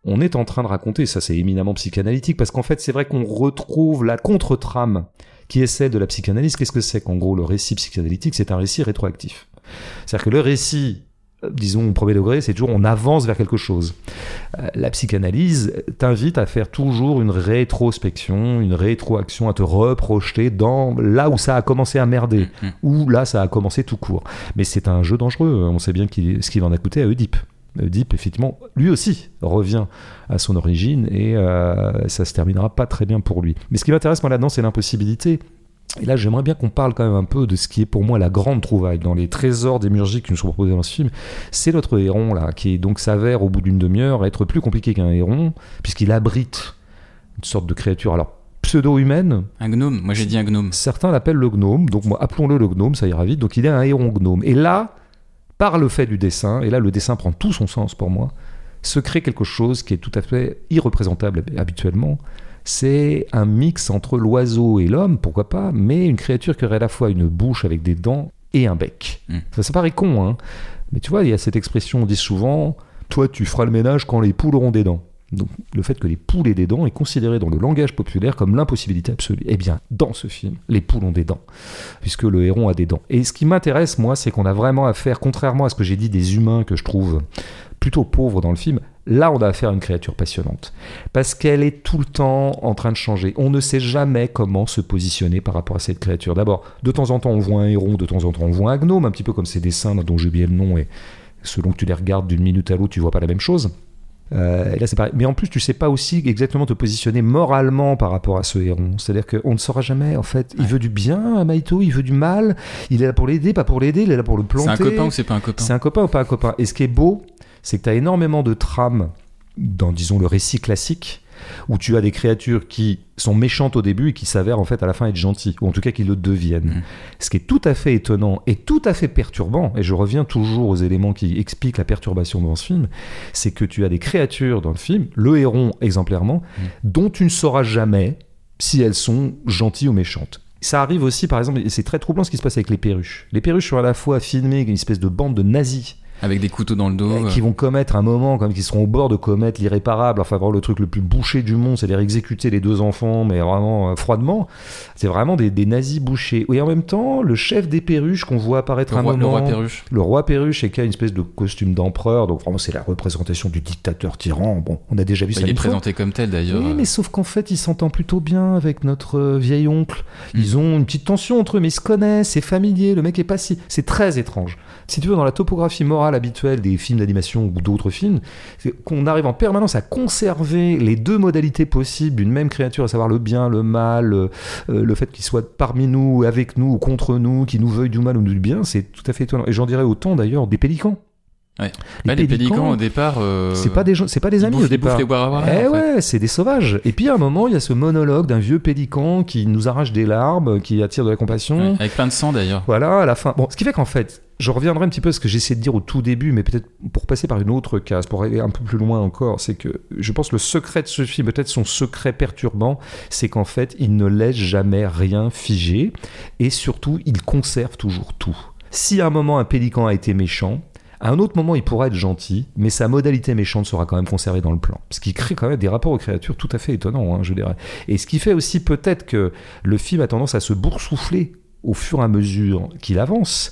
on est en train de raconter, ça c'est éminemment psychanalytique, parce qu'en fait c'est vrai qu'on retrouve la contre-trame qui est celle de la psychanalyse. Qu'est-ce que c'est qu'en gros le récit psychanalytique? C'est un récit rétroactif. C'est-à-dire que le récit, disons au premier degré, c'est toujours on avance vers quelque chose. Euh, la psychanalyse t'invite à faire toujours une rétrospection, une rétroaction, à te reprojeter dans là où ça a commencé à merder, mmh. ou là ça a commencé tout court. Mais c'est un jeu dangereux, on sait bien qu'il, ce qu'il en a coûté à Oedipe. Oedipe, effectivement, lui aussi revient à son origine et euh, ça se terminera pas très bien pour lui. Mais ce qui m'intéresse moi là-dedans, c'est l'impossibilité. Et là, j'aimerais bien qu'on parle quand même un peu de ce qui est pour moi la grande trouvaille dans les trésors démiurgiques qui nous sont proposés dans ce film. C'est notre héron là, qui donc s'avère au bout d'une demi-heure être plus compliqué qu'un héron, puisqu'il abrite une sorte de créature. Alors pseudo-humaine.
Un gnome, moi j'ai dit un gnome.
Certains l'appellent le gnome, donc moi, appelons-le le gnome, ça ira vite. Donc il est un héron gnome. Et là, par le fait du dessin, et là le dessin prend tout son sens pour moi, se crée quelque chose qui est tout à fait irreprésentable habituellement. C'est un mix entre l'oiseau et l'homme, pourquoi pas, mais une créature qui aurait à la fois une bouche avec des dents et un bec. Mmh. Ça, ça paraît con, hein, mais tu vois, il y a cette expression, on dit souvent « toi tu feras le ménage quand les poules auront des dents ». Donc le fait que les poules aient des dents est considéré dans le langage populaire comme l'impossibilité absolue. Eh bien, dans ce film, les poules ont des dents, puisque le héron a des dents. Et ce qui m'intéresse, moi, c'est qu'on a vraiment affaire, contrairement à ce que j'ai dit des humains que je trouve plutôt pauvres dans le film, là on a affaire à une créature passionnante, parce qu'elle est tout le temps en train de changer. On ne sait jamais comment se positionner par rapport à cette créature. D'abord, de temps en temps on voit un héron, de temps en temps on voit un gnome, un petit peu comme ces dessins dont j'ai oublié le nom, et selon que tu les regardes d'une minute à l'autre, tu vois pas la même chose. Euh, et là c'est pareil. Mais en plus tu sais pas aussi exactement te positionner moralement par rapport à ce héron, c'est à dire qu'on ne saura jamais en fait, il ouais. veut du bien à Maito, il veut du mal, il est là pour l'aider, pas pour l'aider, il est là pour le planter.
C'est un copain ou c'est pas un copain?
C'est un copain ou pas un copain. Et ce qui est beau, c'est que tu as énormément de trames dans, disons, le récit classique, où tu as des créatures qui sont méchantes au début et qui s'avèrent en fait à la fin être gentilles, ou en tout cas qui le deviennent. Mmh. Ce qui est tout à fait étonnant et tout à fait perturbant, et je reviens toujours aux éléments qui expliquent la perturbation dans ce film, c'est que tu as des créatures dans le film, le héron exemplairement, mmh. dont tu ne sauras jamais si elles sont gentilles ou méchantes. Ça arrive aussi, par exemple, et c'est très troublant ce qui se passe avec les perruches. Les perruches sont à la fois filmées comme une espèce de bande de nazis,
avec des couteaux dans le dos.
Euh, qui vont commettre un moment, comme qui seront au bord de commettre l'irréparable, enfin vraiment le truc le plus bouché du monde, c'est-à-dire exécuter les deux enfants, mais vraiment euh, froidement. C'est vraiment des, des nazis bouchés. Et en même temps, le chef des perruches qu'on voit apparaître
le
un
roi,
moment...
Le roi perruche. Le
roi perruche, et qui a une espèce de costume d'empereur, donc vraiment c'est la représentation du dictateur tyran. Bon, on a déjà vu bah, ça
il
une
est
fois.
présenté comme tel d'ailleurs.
Oui, mais sauf qu'en fait, il s'entend plutôt bien avec notre euh, vieil oncle. Ils mmh. ont une petite tension entre eux, mais ils se connaissent, c'est familier, le mec est pas si... C'est très étrange. Si tu veux, dans la topographie morale habituelle des films d'animation ou d'autres films, c'est qu'on arrive en permanence à conserver les deux modalités possibles d'une même créature, à savoir le bien, le mal, euh, le fait qu'il soit parmi nous, avec nous ou contre nous, qu'il nous veuille du mal ou du bien, c'est tout à fait étonnant. Et j'en dirais autant d'ailleurs des pélicans.
Ouais. Les, ouais, les pélicans, pélicans au départ euh...
c'est pas des gens, c'est pas des amis
bouffent,
au départ.
Les guaravara,
eh
en
ouais,
fait.
C'est des sauvages. Et puis à un moment, il y a ce monologue d'un vieux pélican qui nous arrache des larmes, qui attire de la compassion.
Ouais, avec plein de sang d'ailleurs.
Voilà, à la fin. Bon, ce qui fait qu'en fait, je reviendrai un petit peu à ce que j'essaie de dire au tout début, mais peut-être pour passer par une autre case, pour aller un peu plus loin encore, c'est que je pense que le secret de ce film, peut-être son secret perturbant, c'est qu'en fait, il ne laisse jamais rien figé, et surtout, il conserve toujours tout. Si à un moment un pélican a été méchant, à un autre moment, il pourra être gentil, mais sa modalité méchante sera quand même conservée dans le plan. Ce qui crée quand même des rapports aux créatures tout à fait étonnants, hein, je dirais. Et ce qui fait aussi peut-être que le film a tendance à se boursoufler au fur et à mesure qu'il avance,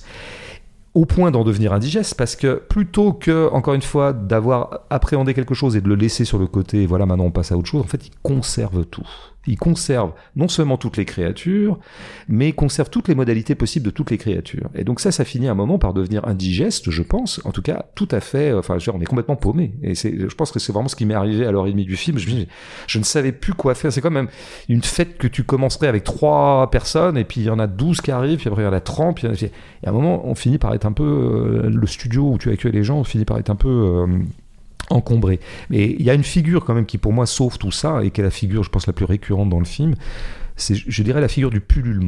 au point d'en devenir indigeste, parce que plutôt que, encore une fois, d'avoir appréhendé quelque chose et de le laisser sur le côté, et voilà, maintenant on passe à autre chose, en fait, il conserve tout. Il conserve non seulement toutes les créatures, mais il conserve toutes les modalités possibles de toutes les créatures. Et donc ça, ça finit à un moment par devenir indigeste, je pense, en tout cas, tout à fait, enfin, je veux dire, on est complètement paumé. Et c'est, je pense que c'est vraiment ce qui m'est arrivé à l'heure et demie du film. Je, je ne savais plus quoi faire. C'est quand même une fête que tu commencerais avec trois personnes, et puis il y en a douze qui arrivent, puis après il y en a trente, puis et à un moment, on finit par être un peu, euh, le studio où tu accueilles les gens, on finit par être un peu... Euh, encombré. Mais il y a une figure quand même qui pour moi sauve tout ça, et qui est la figure, je pense, la plus récurrente dans le film, c'est, je dirais, la figure du pullulement.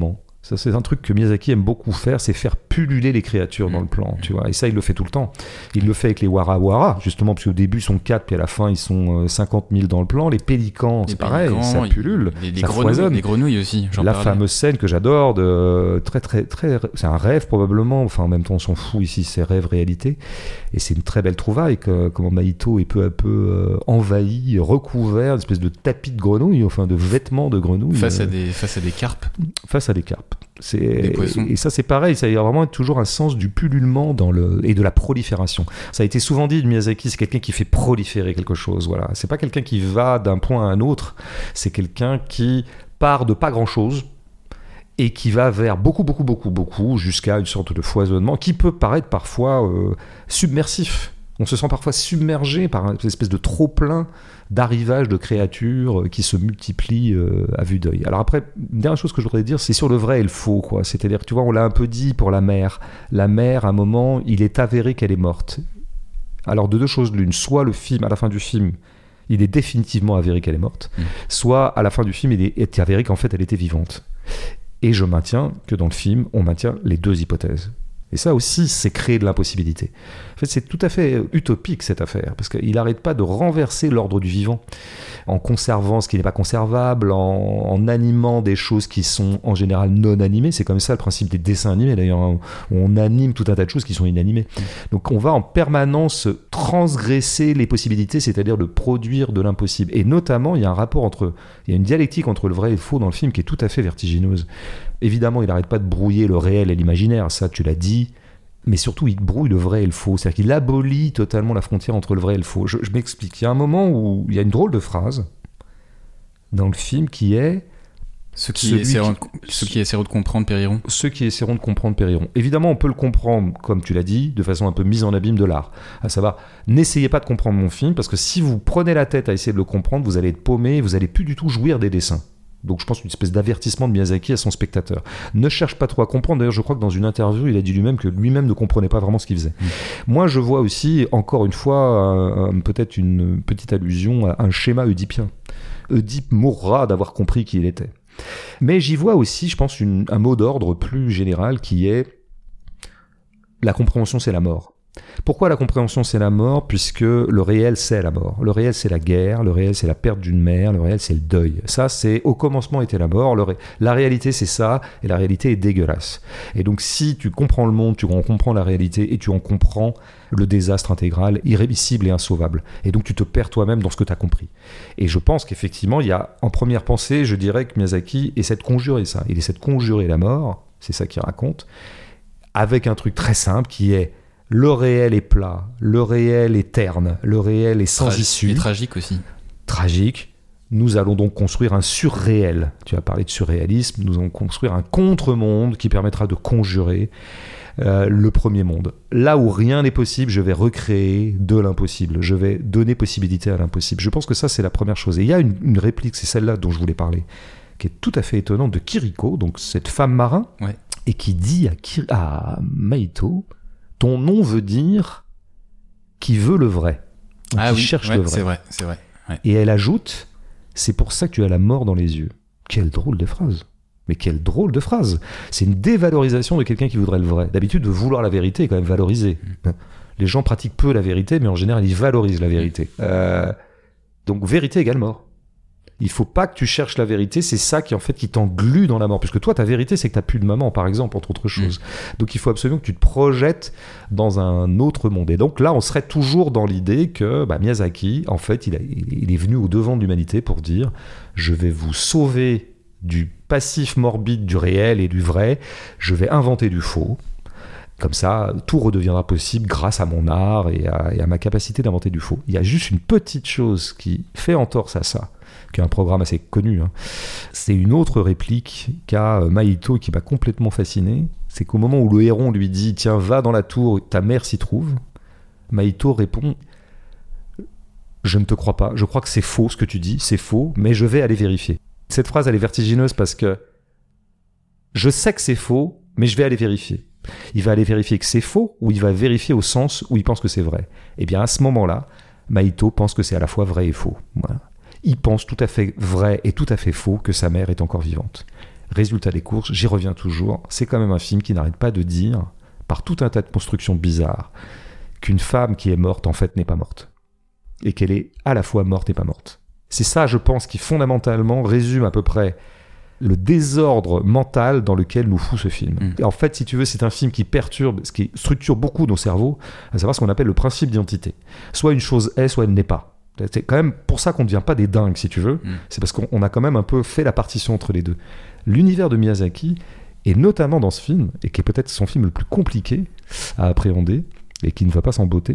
Ça, c'est un truc que Miyazaki aime beaucoup faire, c'est faire pulluler les créatures dans le plan, tu vois. Et ça, il le fait tout le temps. Il le fait avec les Wara Wara, justement, parce qu'au début, ils sont quatre, puis à la fin, ils sont cinquante mille dans le plan. Les pélicans,
les
c'est pareil,
pélicans,
ça pullule,
les, les
ça
grenouilles,
foisonne.
Les grenouilles aussi, j'en
La
parlais.
fameuse scène que j'adore, de très, très, très, c'est un rêve probablement, enfin, en même temps, on s'en fout ici, c'est rêve, réalité. Et c'est une très belle trouvaille, que, comment Mahito est peu à peu euh, envahi, recouvert, une espèce de tapis de grenouilles, enfin, de vêtements de grenouilles.
Face,
euh,
à, des, face à des carpes.
Face à des carpes. C'est,
des poissons.
Et, et ça, c'est pareil, ça y a vraiment toujours un sens du pullulement dans le, et de la prolifération. Ça a été souvent dit de Miyazaki, c'est quelqu'un qui fait proliférer quelque chose. Voilà. C'est pas quelqu'un qui va d'un point à un autre, c'est quelqu'un qui part de pas grand-chose et qui va vers beaucoup, beaucoup, beaucoup, beaucoup, jusqu'à une sorte de foisonnement qui peut paraître parfois euh, submersif. On se sent parfois submergé par une espèce de trop-plein d'arrivage de créatures qui se multiplient euh, à vue d'œil. Alors après, une dernière chose que je voudrais dire, c'est sur le vrai et le faux, quoi. C'est-à-dire que tu vois, on l'a un peu dit pour la mère. La mère, à un moment, il est avéré qu'elle est morte. Alors de deux choses l'une, soit le film, à la fin du film, il est définitivement avéré qu'elle est morte, mmh. soit à la fin du film, il est, est avéré qu'en fait elle était vivante. Et je maintiens que dans le film, on maintient les deux hypothèses. Et ça aussi, c'est créer de l'impossibilité. En fait, c'est tout à fait utopique, cette affaire, parce qu'il n'arrête pas de renverser l'ordre du vivant, en conservant ce qui n'est pas conservable, en, en animant des choses qui sont en général non animées. C'est comme ça le principe des dessins animés, d'ailleurs, hein, où on anime tout un tas de choses qui sont inanimées. Donc on va en permanence transgresser les possibilités, c'est-à-dire de produire de l'impossible. Et notamment, il y a un rapport entre... Il y a une dialectique entre le vrai et le faux dans le film qui est tout à fait vertigineuse. Évidemment, il n'arrête pas de brouiller le réel et l'imaginaire, ça tu l'as dit, mais surtout il brouille le vrai et le faux, c'est-à-dire qu'il abolit totalement la frontière entre le vrai et le faux. Je, je m'explique, il y a un moment où il y a une drôle de phrase dans le film qui est...
Ceux qui, essaieront, qui... ceux qui essaieront de comprendre périront.
Ceux qui essaieront de comprendre périront. Évidemment, on peut le comprendre, comme tu l'as dit, de façon un peu mise en abîme de l'art. À savoir, n'essayez pas de comprendre mon film, parce que si vous prenez la tête à essayer de le comprendre, vous allez être paumé, vous n'allez plus du tout jouir des dessins. Donc je pense une espèce d'avertissement de Miyazaki à son spectateur. Ne cherche pas trop à comprendre. D'ailleurs, je crois que dans une interview, il a dit lui-même que lui-même ne comprenait pas vraiment ce qu'il faisait. Mmh. Moi, je vois aussi, encore une fois, un, peut-être une petite allusion à un schéma oedipien. Oedipe mourra d'avoir compris qui il était. Mais j'y vois aussi, je pense, une, un mot d'ordre plus général qui est la compréhension, c'est la mort. Pourquoi la compréhension c'est la mort ? Puisque le réel c'est la mort. Le réel c'est la guerre, le réel c'est la perte d'une mère, le réel c'est le deuil. Ça c'est au commencement était la mort, le ré... la réalité c'est ça, et la réalité est dégueulasse. Et donc si tu comprends le monde, tu en comprends la réalité et tu en comprends le désastre intégral, irrémissible et insauvable. Et donc tu te perds toi-même dans ce que tu as compris. Et je pense qu'effectivement, il y a en première pensée, je dirais que Miyazaki essaie de conjurer ça. Il essaie de conjurer la mort, c'est ça qu'il raconte, avec un truc très simple qui est le réel est plat, le réel est terne, le réel est sans
Tragi-
issue.
Et tragique aussi.
Tragique. Nous allons donc construire un surréel. Tu as parlé de surréalisme. Nous allons construire un contre-monde qui permettra de conjurer euh, le premier monde. Là où rien n'est possible, je vais recréer de l'impossible. Je vais donner possibilité à l'impossible. Je pense que ça, c'est la première chose. Et il y a une, une réplique, c'est celle-là dont je voulais parler, qui est tout à fait étonnante, de Kiriko, donc cette femme marin,
ouais.
et qui dit à, Kir- à Mahito... Ton nom veut dire qui veut le vrai,
ah
qui
oui,
cherche
ouais,
le vrai.
C'est vrai, c'est vrai. Ouais.
Et elle ajoute, c'est pour ça que tu as la mort dans les yeux. Quelle drôle de phrase. Mais quelle drôle de phrase. C'est une dévalorisation de quelqu'un qui voudrait le vrai. D'habitude, de vouloir la vérité est quand même valorisé. Mmh. Les gens pratiquent peu la vérité, mais en général, ils valorisent la vérité. Euh, donc, vérité égale mort. Il faut pas que tu cherches la vérité, c'est ça qui en fait qui t'englue dans la mort. Puisque toi, ta vérité, c'est que t'as plus de maman, par exemple, entre autres choses. Mmh. Donc il faut absolument que tu te projettes dans un autre monde. Et donc là, on serait toujours dans l'idée que bah, Miyazaki, en fait, il, a, il est venu au devant de l'humanité pour dire « Je vais vous sauver du passif morbide du réel et du vrai, je vais inventer du faux. » Comme ça, tout redeviendra possible grâce à mon art et à, et à ma capacité d'inventer du faux. Il y a juste une petite chose qui fait entorse à ça, qui est un programme assez connu. Hein. C'est une autre réplique qu'a Mahito qui m'a complètement fasciné. C'est qu'au moment où le héron lui dit « Tiens, va dans la tour, ta mère s'y trouve », Mahito répond « Je ne te crois pas, je crois que c'est faux ce que tu dis, c'est faux, mais je vais aller vérifier. » Cette phrase, elle est vertigineuse parce que je sais que c'est faux, mais je vais aller vérifier. Il va aller vérifier que c'est faux ou il va vérifier au sens où il pense que c'est vrai. Et bien à ce moment-là, Mahito pense que c'est à la fois vrai et faux. Voilà. Il pense tout à fait vrai et tout à fait faux que sa mère est encore vivante. Résultat des courses, j'y reviens toujours, c'est quand même un film qui n'arrête pas de dire, par tout un tas de constructions bizarres, qu'une femme qui est morte, en fait, n'est pas morte. Et qu'elle est à la fois morte et pas morte. C'est ça, je pense, qui fondamentalement résume à peu près le désordre mental dans lequel nous fout ce film. Mmh. Et en fait, si tu veux, c'est un film qui perturbe, ce qui structure beaucoup nos cerveaux, à savoir ce qu'on appelle le principe d'identité. Soit une chose est, soit elle n'est pas. C'est quand même pour ça qu'on ne devient pas des dingues, si tu veux. Mmh. C'est parce qu'on a quand même un peu fait la partition entre les deux. L'univers de Miyazaki, et notamment dans ce film, et qui est peut-être son film le plus compliqué à appréhender, et qui ne va pas s'en botter,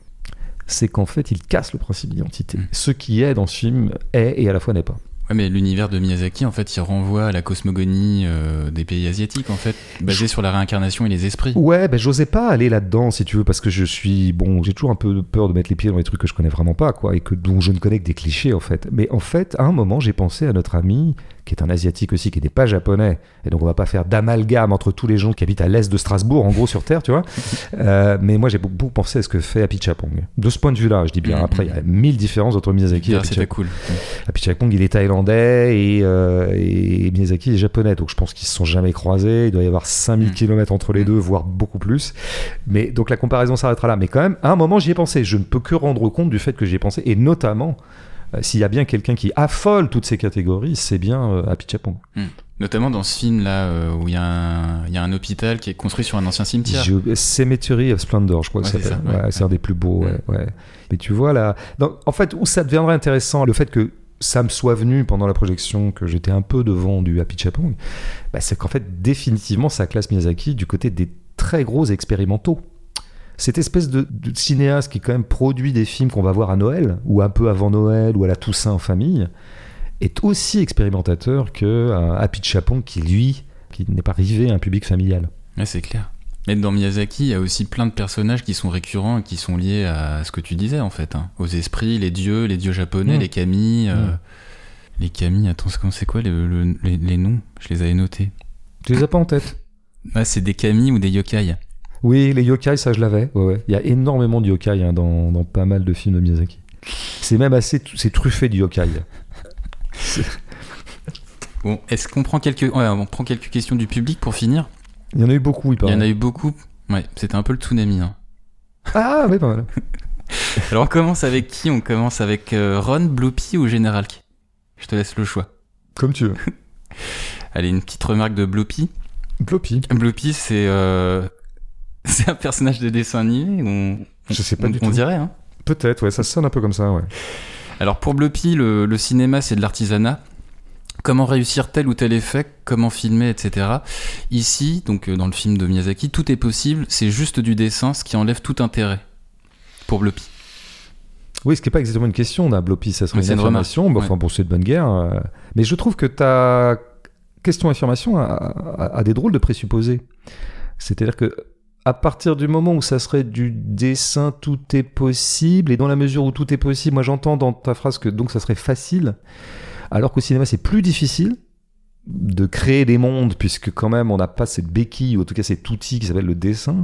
c'est qu'en fait, il casse le principe d'identité. Mmh. Ce qui est dans ce film est et à la fois n'est pas.
Ouais, mais l'univers de Miyazaki, en fait, il renvoie à la cosmogonie euh, des pays asiatiques, en fait, basé je... sur la réincarnation et les esprits.
Ouais, ben j'osais pas aller là-dedans, si tu veux, parce que je suis... Bon, j'ai toujours un peu peur de mettre les pieds dans les trucs que je connais vraiment pas, quoi, et que, dont je ne connais que des clichés, en fait. Mais en fait, à un moment, j'ai pensé à notre ami, qui est un asiatique aussi, qui n'est pas japonais, et donc on va pas faire d'amalgame entre tous les gens qui habitent à l'est de Strasbourg, en gros, sur Terre, tu vois. euh, mais moi, j'ai beaucoup pensé à ce que fait Apichatpong. De ce point de vue-là, je dis bien. Après, il y a mille différences entre Miyazaki et Apichatpong.
Cool.
Apichatpong, il est thaïlandais, et, euh, et Miyazaki est japonais, donc je pense qu'ils se sont jamais croisés. Il doit y avoir cinq mille kilomètres entre les deux, voire beaucoup plus. Mais donc la comparaison s'arrêtera là. Mais quand même, à un moment, j'y ai pensé. Je ne peux que rendre compte du fait que j'y ai pensé, et notamment... s'il y a bien quelqu'un qui affole toutes ces catégories, c'est bien euh, Apichatpong.
Mmh. Notamment dans ce film-là, euh, où il y, y a un hôpital qui est construit sur un ancien cimetière.
Je... Cemetery of Splendor, je crois ouais, que ça s'appelle. Ça, ouais, ouais, c'est ouais. un des plus beaux. Ouais, ouais. Mais tu vois, là... Donc, en fait, où ça deviendrait intéressant, le fait que ça me soit venu pendant la projection, que j'étais un peu devant du Apichatpong, bah, c'est qu'en fait, définitivement, ça classe Miyazaki du côté des très gros expérimentaux. Cette espèce de, de cinéaste qui quand même produit des films qu'on va voir à Noël, ou un peu avant Noël, ou à la Toussaint en famille, est aussi expérimentateur que euh, Apichatpong qui, lui, qui n'est pas rivé à un public familial.
Ouais, c'est clair. Mais dans Miyazaki, il y a aussi plein de personnages qui sont récurrents et qui sont liés à ce que tu disais, en fait. Hein. Aux esprits, les dieux, les dieux japonais, mmh. les kami. Euh, mmh. Les kami, attends, c'est quoi les, le, les, les noms ? Je les avais notés.
Tu les as pas en tête ?
Ah, c'est des kami ou des yokai.
Oui, les yokai, ça je l'avais. Ouais, ouais. Il y a énormément de yokai hein, dans, dans pas mal de films de Miyazaki. C'est même assez, c'est truffé du yokai. C'est...
Bon, est-ce qu'on prend quelques, ouais, on prend quelques questions du public pour finir ?
Il y en a eu beaucoup, il paraît.
Il y en a eu beaucoup. Ouais, c'était un peu le tsunami. Hein.
Ah, oui, pas mal.
Alors on commence avec qui ? On commence avec euh, Ron, Bloopy ou Généralk ? Je te laisse le choix.
Comme tu veux.
Allez, une petite remarque de Bloopy.
Bloopy.
Bloopy, c'est euh... c'est un personnage de dessin animé on...
Je sais pas
on,
du
on
tout.
dirait, hein.
Peut-être, ouais, ça sonne un peu comme ça, ouais.
Alors pour Bloopy, le, le cinéma, c'est de l'artisanat. Comment réussir tel ou tel effet, comment filmer, et cetera. Ici, donc dans le film de Miyazaki, tout est possible, c'est juste du dessin, ce qui enlève tout intérêt pour Bloopy.
Oui, ce qui n'est pas exactement une question, on a Bloopy, ça serait une, une affirmation, bon, ouais. Enfin bon, c'est de bonne guerre. Euh... Mais je trouve que ta question-affirmation a, a, a des drôles de présupposés. C'est-à-dire que à partir du moment où ça serait du dessin, tout est possible, et dans la mesure où tout est possible, moi j'entends dans ta phrase que donc ça serait facile, alors qu'au cinéma c'est plus difficile de créer des mondes, puisque quand même on n'a pas cette béquille, ou en tout cas cet outil qui s'appelle le dessin.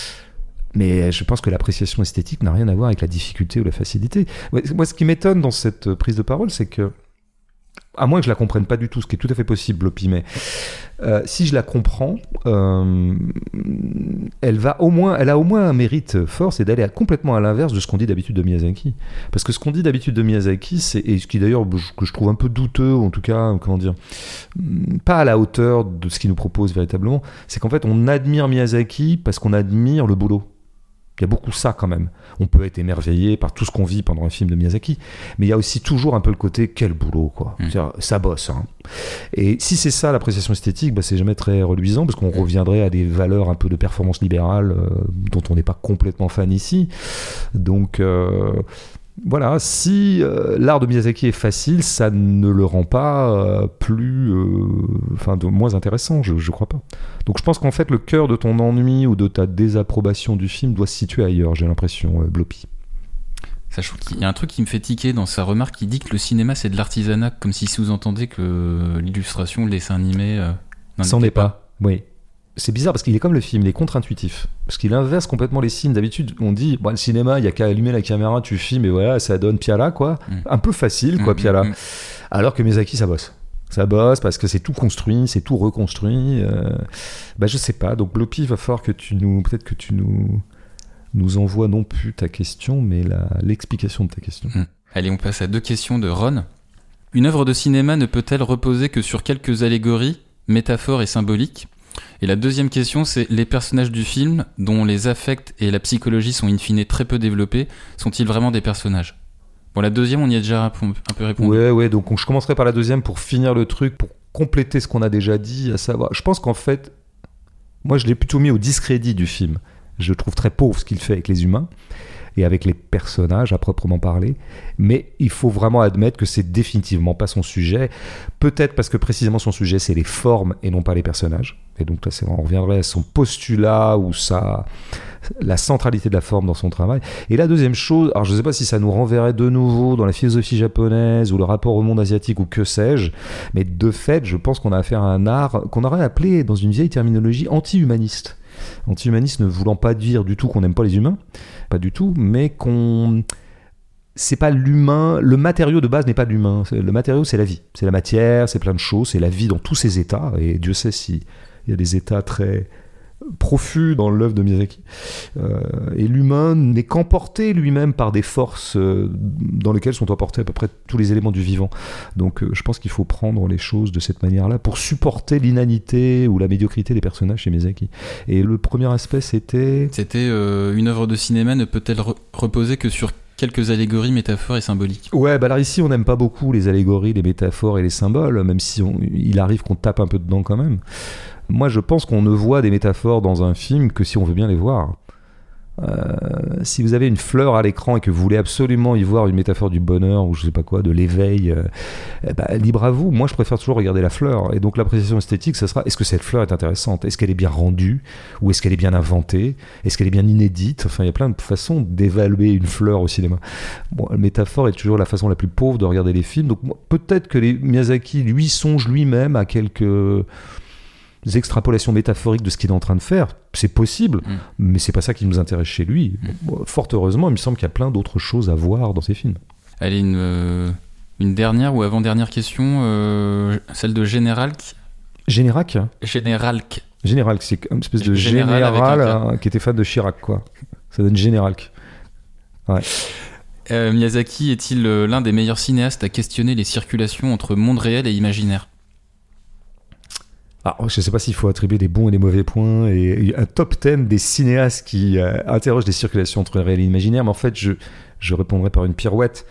Mais je pense que l'appréciation esthétique n'a rien à voir avec la difficulté ou la facilité. Moi, ce qui m'étonne dans cette prise de parole, c'est que, à moins que je la comprenne pas du tout, ce qui est tout à fait possible, Bloopy, mais euh, si je la comprends, euh, elle va au moins, elle a au moins un mérite fort, c'est d'aller à, complètement à l'inverse de ce qu'on dit d'habitude de Miyazaki. Parce que ce qu'on dit d'habitude de Miyazaki, c'est, et ce qui d'ailleurs que je trouve un peu douteux, ou en tout cas, comment dire, pas à la hauteur de ce qu'il nous propose véritablement, c'est qu'en fait, on admire Miyazaki parce qu'on admire le boulot. Il y a beaucoup ça quand même. On peut être émerveillé par tout ce qu'on vit pendant un film de Miyazaki, mais il y a aussi toujours un peu le côté quel boulot quoi. Mmh. C'est-à-dire, ça bosse. Hein. Et si c'est ça l'appréciation esthétique, bah, c'est jamais très reluisant parce qu'on mmh. reviendrait à des valeurs un peu de performance libérale euh, dont on n'est pas complètement fan ici. Donc euh, voilà, si euh, l'art de Miyazaki est facile, ça ne le rend pas euh, plus, enfin, euh, moins intéressant. Je, je crois pas. Donc je pense qu'en fait le cœur de ton ennui ou de ta désapprobation du film doit se situer ailleurs, j'ai l'impression, euh, Bloopy.
Sachant qu'il y a un truc qui me fait tiquer dans sa remarque, qui dit que le cinéma c'est de l'artisanat, comme si sous-entendait que l'illustration, le dessin animé euh, n'en
c'en
était
est pas. pas. Oui. C'est bizarre parce qu'il est comme le film, il est contre-intuitif. Parce qu'il inverse complètement les signes. D'habitude, on dit, bon, le cinéma, il n'y a qu'à allumer la caméra, tu filmes et voilà, ça donne Piala, quoi. Mm. Un peu facile, quoi, mm, Piala. Mm, mm. Alors que Miyazaki, ça bosse. Ça bosse parce que c'est tout construit, c'est tout reconstruit. Euh, bah je sais pas. Donc Bloppy, il va falloir que tu nous, peut-être que tu nous, nous envoies non plus ta question, mais la, l'explication de ta question.
Mmh. Allez, on passe à deux questions de Ron. Une œuvre de cinéma ne peut-elle reposer que sur quelques allégories, métaphores et symboliques ? Et la deuxième question, c'est les personnages du film, dont les affects et la psychologie sont in fine très peu développés, sont-ils vraiment des personnages ? Bon, la deuxième, on y a déjà un peu répondu.
Ouais, ouais, donc on, je commencerai par la deuxième pour finir le truc, pour compléter ce qu'on a déjà dit, à savoir... Je pense qu'en fait, moi je l'ai plutôt mis au discrédit du film. Je trouve très pauvre ce qu'il fait avec les humains et avec les personnages à proprement parler, mais il faut vraiment admettre que c'est définitivement pas son sujet, peut-être parce que précisément son sujet c'est les formes et non pas les personnages, et donc là c'est, on reviendrait à son postulat ou sa, la centralité de la forme dans son travail. Et la deuxième chose, alors je sais pas si ça nous renverrait de nouveau dans la philosophie japonaise ou le rapport au monde asiatique ou que sais-je, mais de fait je pense qu'on a affaire à un art qu'on aurait appelé dans une vieille terminologie anti-humaniste. Anti-humaniste ne voulant pas dire du tout qu'on n'aime pas les humains, pas du tout, mais qu'on... C'est pas l'humain, le matériau de base n'est pas l'humain, le matériau c'est la vie, c'est la matière, c'est plein de choses, c'est la vie dans tous ses états, et Dieu sait s'il y a des états très profus dans l'œuvre de Miyazaki. Euh, et l'humain n'est qu'emporté lui-même par des forces euh, dans lesquelles sont emportés à peu près tous les éléments du vivant. Donc euh, je pense qu'il faut prendre les choses de cette manière-là pour supporter l'inanité ou la médiocrité des personnages chez Miyazaki. Et le premier aspect, c'était...
C'était euh, une œuvre de cinéma ne peut-elle re- reposer que sur quelques allégories, métaphores et symboliques.
Ouais, bah alors ici, on n'aime pas beaucoup les allégories, les métaphores et les symboles, même si on, il arrive qu'on tape un peu dedans quand même. Moi, je pense qu'on ne voit des métaphores dans un film que si on veut bien les voir. Euh, si vous avez une fleur à l'écran et que vous voulez absolument y voir une métaphore du bonheur ou je sais pas quoi, de l'éveil, euh, eh ben, libre à vous. Moi, je préfère toujours regarder la fleur. Et donc, l'appréciation esthétique, ça sera: est-ce que cette fleur est intéressante ? Est-ce qu'elle est bien rendue ? Ou est-ce qu'elle est bien inventée ? Est-ce qu'elle est bien inédite ? Enfin, il y a plein de façons d'évaluer une fleur au cinéma. Bon, la métaphore est toujours la façon la plus pauvre de regarder les films. Donc, peut-être que les Miyazaki, lui, songe lui-même à quelques extrapolations métaphoriques de ce qu'il est en train de faire, c'est possible, mmh. mais c'est pas ça qui nous intéresse chez lui. Mmh. Bon, fort heureusement, il me semble qu'il y a plein d'autres choses à voir dans ses films.
Allez, une, euh, une dernière ou avant-dernière question, euh, celle de Généralc.
Généralc
Généralc.
Généralc, c'est une espèce de
général,
général hein, qui était fan de Chirac, quoi. Ça donne Généralc. Ouais.
Euh, Miyazaki est-il euh, l'un des meilleurs cinéastes à questionner les circulations entre monde réel et imaginaire ?
Alors, je ne sais pas s'il faut attribuer des bons et des mauvais points, et un top dix des cinéastes qui euh, interrogent des circulations entre le réel et l'imaginaire, mais en fait, je, je répondrai par une pirouette.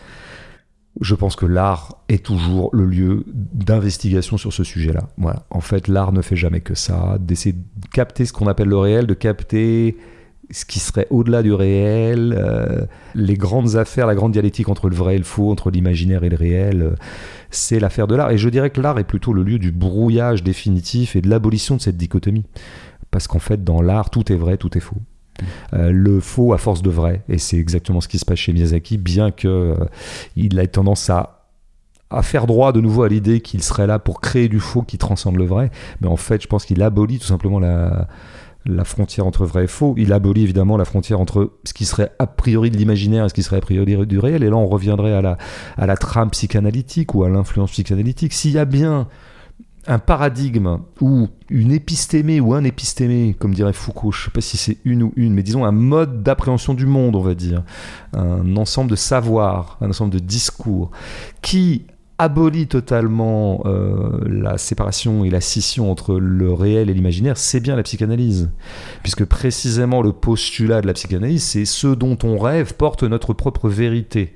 Je pense que l'art est toujours le lieu d'investigation sur ce sujet-là. Voilà. En fait, l'art ne fait jamais que ça, d'essayer de capter ce qu'on appelle le réel, de capter ce qui serait au-delà du réel, euh, les grandes affaires, la grande dialectique entre le vrai et le faux, entre l'imaginaire et le réel, euh, c'est l'affaire de l'art. Et je dirais que l'art est plutôt le lieu du brouillage définitif et de l'abolition de cette dichotomie. Parce qu'en fait, dans l'art, tout est vrai, tout est faux. Euh, le faux à force de vrai. Et c'est exactement ce qui se passe chez Miyazaki, bien qu'il euh, ait tendance à à faire droit de nouveau à l'idée qu'il serait là pour créer du faux qui transcende le vrai. Mais en fait, je pense qu'il abolit tout simplement la... la frontière entre vrai et faux. Il abolit évidemment la frontière entre ce qui serait a priori de l'imaginaire et ce qui serait a priori du réel. Et là, on reviendrait à la, à la trame psychanalytique ou à l'influence psychanalytique. S'il y a bien un paradigme ou une épistémée ou un épistémé, comme dirait Foucault, je ne sais pas si c'est une ou une, mais disons un mode d'appréhension du monde, on va dire, un ensemble de savoirs, un ensemble de discours, qui abolit totalement euh, la séparation et la scission entre le réel et l'imaginaire, c'est bien la psychanalyse. Puisque précisément le postulat de la psychanalyse, c'est ce dont on rêve porte notre propre vérité.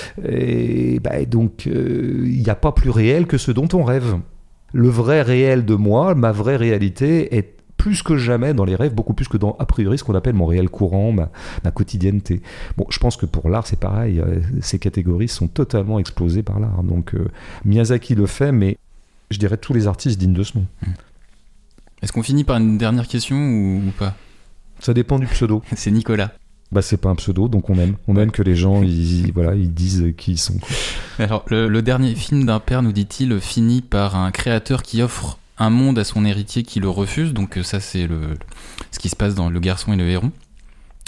Et, bah, et donc, il euh, n'y a pas plus réel que ce dont on rêve. Le vrai réel de moi, ma vraie réalité est plus que jamais dans les rêves, beaucoup plus que dans, a priori, ce qu'on appelle mon réel courant, ma, ma quotidienneté. Bon, je pense que pour l'art, c'est pareil. Euh, ces catégories sont totalement explosées par l'art. Donc, euh, Miyazaki le fait, mais je dirais tous les artistes dignes de ce nom.
Est-ce qu'on finit par une dernière question ou, ou pas ?
Ça dépend du pseudo.
C'est Nicolas.
Bah, c'est pas un pseudo, donc on aime. On aime que les gens, ils, voilà, ils disent qui ils sont.
Alors, le, le dernier film d'un père, nous dit-il, finit par un créateur qui offre un monde à son héritier qui le refuse, donc ça c'est le, ce qui se passe dans Le Garçon et le Héron.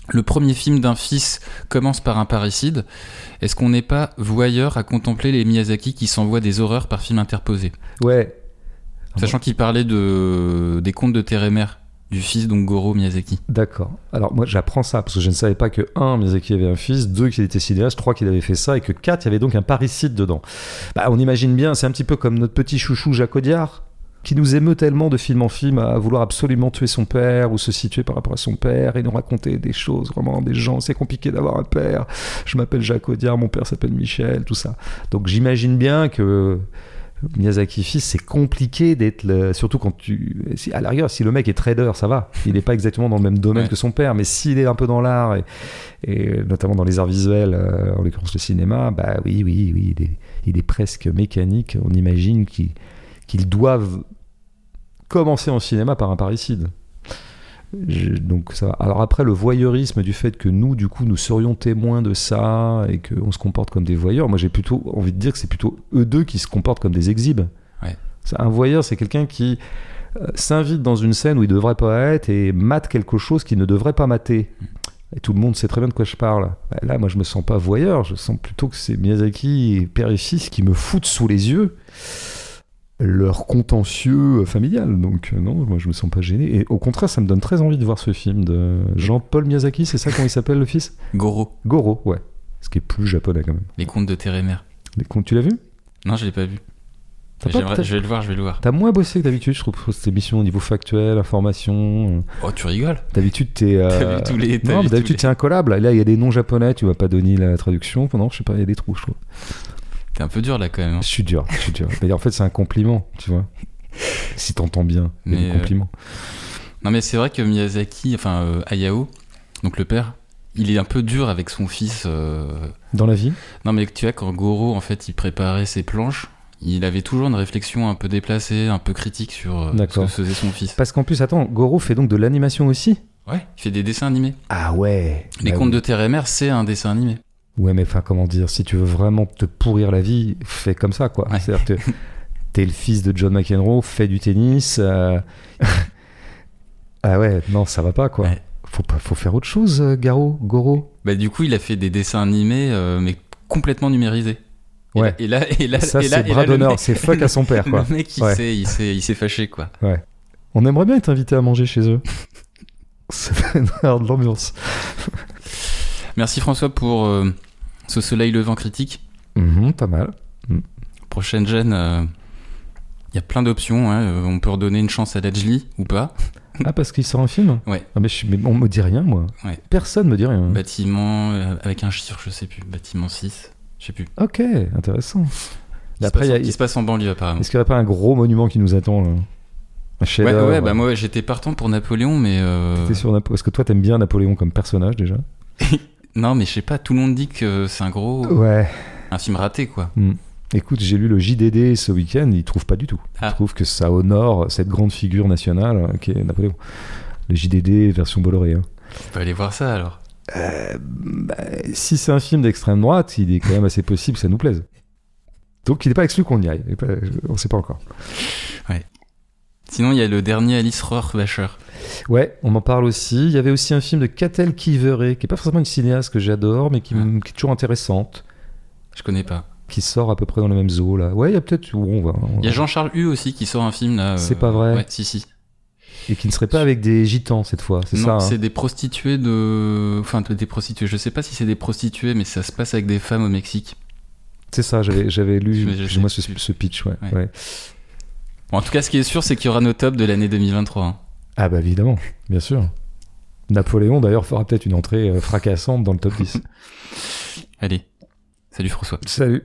le premier film d'un fils commence par un parricide. Est-ce qu'on n'est pas voyeur à contempler les Miyazaki qui s'envoient des horreurs par film interposé ?
Ouais.
Sachant qu'il parlait de, des contes de terre et mer du fils, donc Goro Miyazaki.
D'accord. Alors moi j'apprends ça parce que je ne savais pas que un, Miyazaki avait un fils, deux, qu'il était cinéaste, trois, qu'il avait fait ça, et que quatre, il y avait donc un parricide dedans. Bah, on imagine bien, c'est un petit peu comme notre petit chouchou Jacques Audiard, qui nous émeut tellement de film en film à vouloir absolument tuer son père ou se situer par rapport à son père et nous raconter des choses, vraiment des gens, c'est compliqué d'avoir un père, je m'appelle Jacques Audiard, mon père s'appelle Michel, tout ça. Donc j'imagine bien que Miyazaki fils, c'est compliqué d'être le... surtout quand tu si, à la rigueur, si le mec est trader, ça va, il n'est pas exactement dans le même domaine ouais. que son père, mais s'il est un peu dans l'art et, et notamment dans les arts visuels, euh, en l'occurrence le cinéma, bah oui oui oui il est, il est presque mécanique. On imagine qu'ils, qu'ils doivent commencer en cinéma par un parricide. Je, donc ça va. Alors après, le voyeurisme du fait que nous, du coup, nous serions témoins de ça et qu'on se comporte comme des voyeurs, moi j'ai plutôt envie de dire que c'est plutôt eux deux qui se comportent comme des exhibes.
Ouais.
Un voyeur, c'est quelqu'un qui euh, s'invite dans une scène où il devrait pas être et mate quelque chose qu'il ne devrait pas mater. Et tout le monde sait très bien de quoi je parle. Bah, là, moi je me sens pas voyeur, je sens plutôt que c'est Miyazaki, père et fils, qui me foutent sous les yeux leur contentieux familial. Donc euh, non, moi je me sens pas gêné. Et au contraire, ça me donne très envie de voir ce film de Jean-Paul Miyazaki, c'est ça comment il s'appelle le fils ?
Goro.
Goro, ouais. Ce qui est plus japonais quand même.
Les contes de terre et mer.
Les contes, tu l'as vu ?
Non, je l'ai pas vu.
Pas,
je vais le voir, je vais le voir.
T'as moins bossé que d'habitude, je trouve, pour cette émission au niveau factuel, information.
Oh, tu rigoles.
D'habitude, t'es. Euh...
T'as vu tous les.
Non, mais d'habitude, les... t'es incollable. Là, il y a des noms japonais, tu vas pas donner la traduction. Non, je sais pas, il y a des trous, je trouve.
T'es un peu dur là quand même. Hein.
Je suis dur, je suis dur. Mais en fait, c'est un compliment, tu vois. Si t'entends bien, mais des compliments.
Euh... Non, mais c'est vrai que Miyazaki, enfin euh, Hayao, donc le père, il est un peu dur avec son fils. Euh...
Dans la vie ?
Non, mais tu vois, quand Goro, en fait, il préparait ses planches, il avait toujours une réflexion un peu déplacée, un peu critique sur euh, ce que faisait son fils.
Parce qu'en plus, attends, Goro fait donc de l'animation aussi ?
Ouais, il fait des dessins animés.
Ah ouais.
Les
bah
contes
oui.
de terre et mer, c'est un dessin animé.
Ouais, mais enfin, comment dire, si tu veux vraiment te pourrir la vie, fais comme ça, quoi.
Ouais.
C'est-à-dire que t'es le fils de John McEnroe, fais du tennis. Euh... ah ouais, non, ça va pas, quoi. Ouais. Faut, pas, faut faire autre chose, Garo, Goro.
Bah, du coup, il a fait des dessins animés, euh, mais complètement numérisés. Et
ouais.
Là, et là, et là,
ça,
et là,
c'est bras d'honneur, c'est fuck
le,
à son père, quoi.
Le mec, il,
ouais.
s'est, il, s'est, il s'est fâché, quoi.
Ouais. On aimerait bien être invité à manger chez eux. Ça va avoir de l'ambiance.
Merci François pour euh, ce soleil levant critique.
Mmh, pas mal. Mmh.
Prochaine gêne, il euh, y a plein d'options. Hein. On peut redonner une chance à Ledgely ou pas.
Ah, parce qu'il sort un film ?
Ouais.
Ah, mais, je, mais on me dit rien, moi.
Ouais.
Personne me dit rien.
Bâtiment, euh, avec un chiffre, je sais plus. Bâtiment six, je sais plus.
Ok, intéressant.
Qui, Après, se, passe, y a, qui se passe en banlieue, apparemment.
Est-ce qu'il n'y aurait pas un gros monument qui nous attend, là ? Un
ouais, ouais, bah moi j'étais partant pour Napoléon, mais. Euh...
T'étais sur Napo... Est-ce que toi t'aimes bien Napoléon comme personnage déjà ?
Non, mais je sais pas, tout le monde dit que c'est un gros.
Ouais.
Un film raté, quoi.
Mm. Écoute, j'ai lu le J D D ce week-end, ils trouvent pas du tout.
Ah.
Ils trouvent que ça honore cette grande figure nationale qui est Napoléon. Le J D D version Bolloré. Hein.
On peut aller voir ça alors.
Euh, bah, si c'est un film d'extrême droite, il est quand même assez possible que ça nous plaise. Donc il n'est pas exclu qu'on y aille. On sait pas encore.
Ouais. Sinon, il y a le dernier Alice Rohrwacher.
Ouais, on m'en parle aussi. Il y avait aussi un film de Catel Kiveret, qui n'est pas forcément une cinéaste que j'adore, mais qui, ah. m- qui est toujours intéressante.
Je connais pas.
Qui sort à peu près dans le même zoo, là. Ouais, il y a peut-être... Oh, on va, on va...
Il y a Jean-Charles Hue aussi qui sort un film, là.
C'est
euh...
pas vrai.
Ouais, si, si.
Et qui ne serait pas avec des gitans, cette fois, c'est
non,
ça. Non,
c'est
hein.
des prostituées de... Enfin, des prostituées. Je sais pas si c'est des prostituées, mais ça se passe avec des femmes au Mexique.
C'est ça, j'avais, j'avais lu,
je
moi, ce, ce pitch, ouais.
ouais.
ouais.
Bon, en tout cas, ce qui est sûr, c'est qu'il y aura nos tops de l'année deux mille vingt-trois. Hein.
Ah bah évidemment, bien sûr. Napoléon, d'ailleurs, fera peut-être une entrée euh, fracassante dans le top dix.
Allez, salut François.
Salut.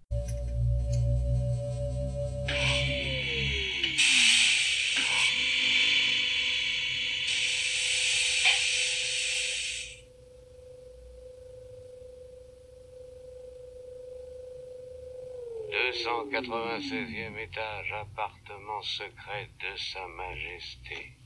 deux cent quatre-vingt-seizième étage, appartement secret de Sa Majesté.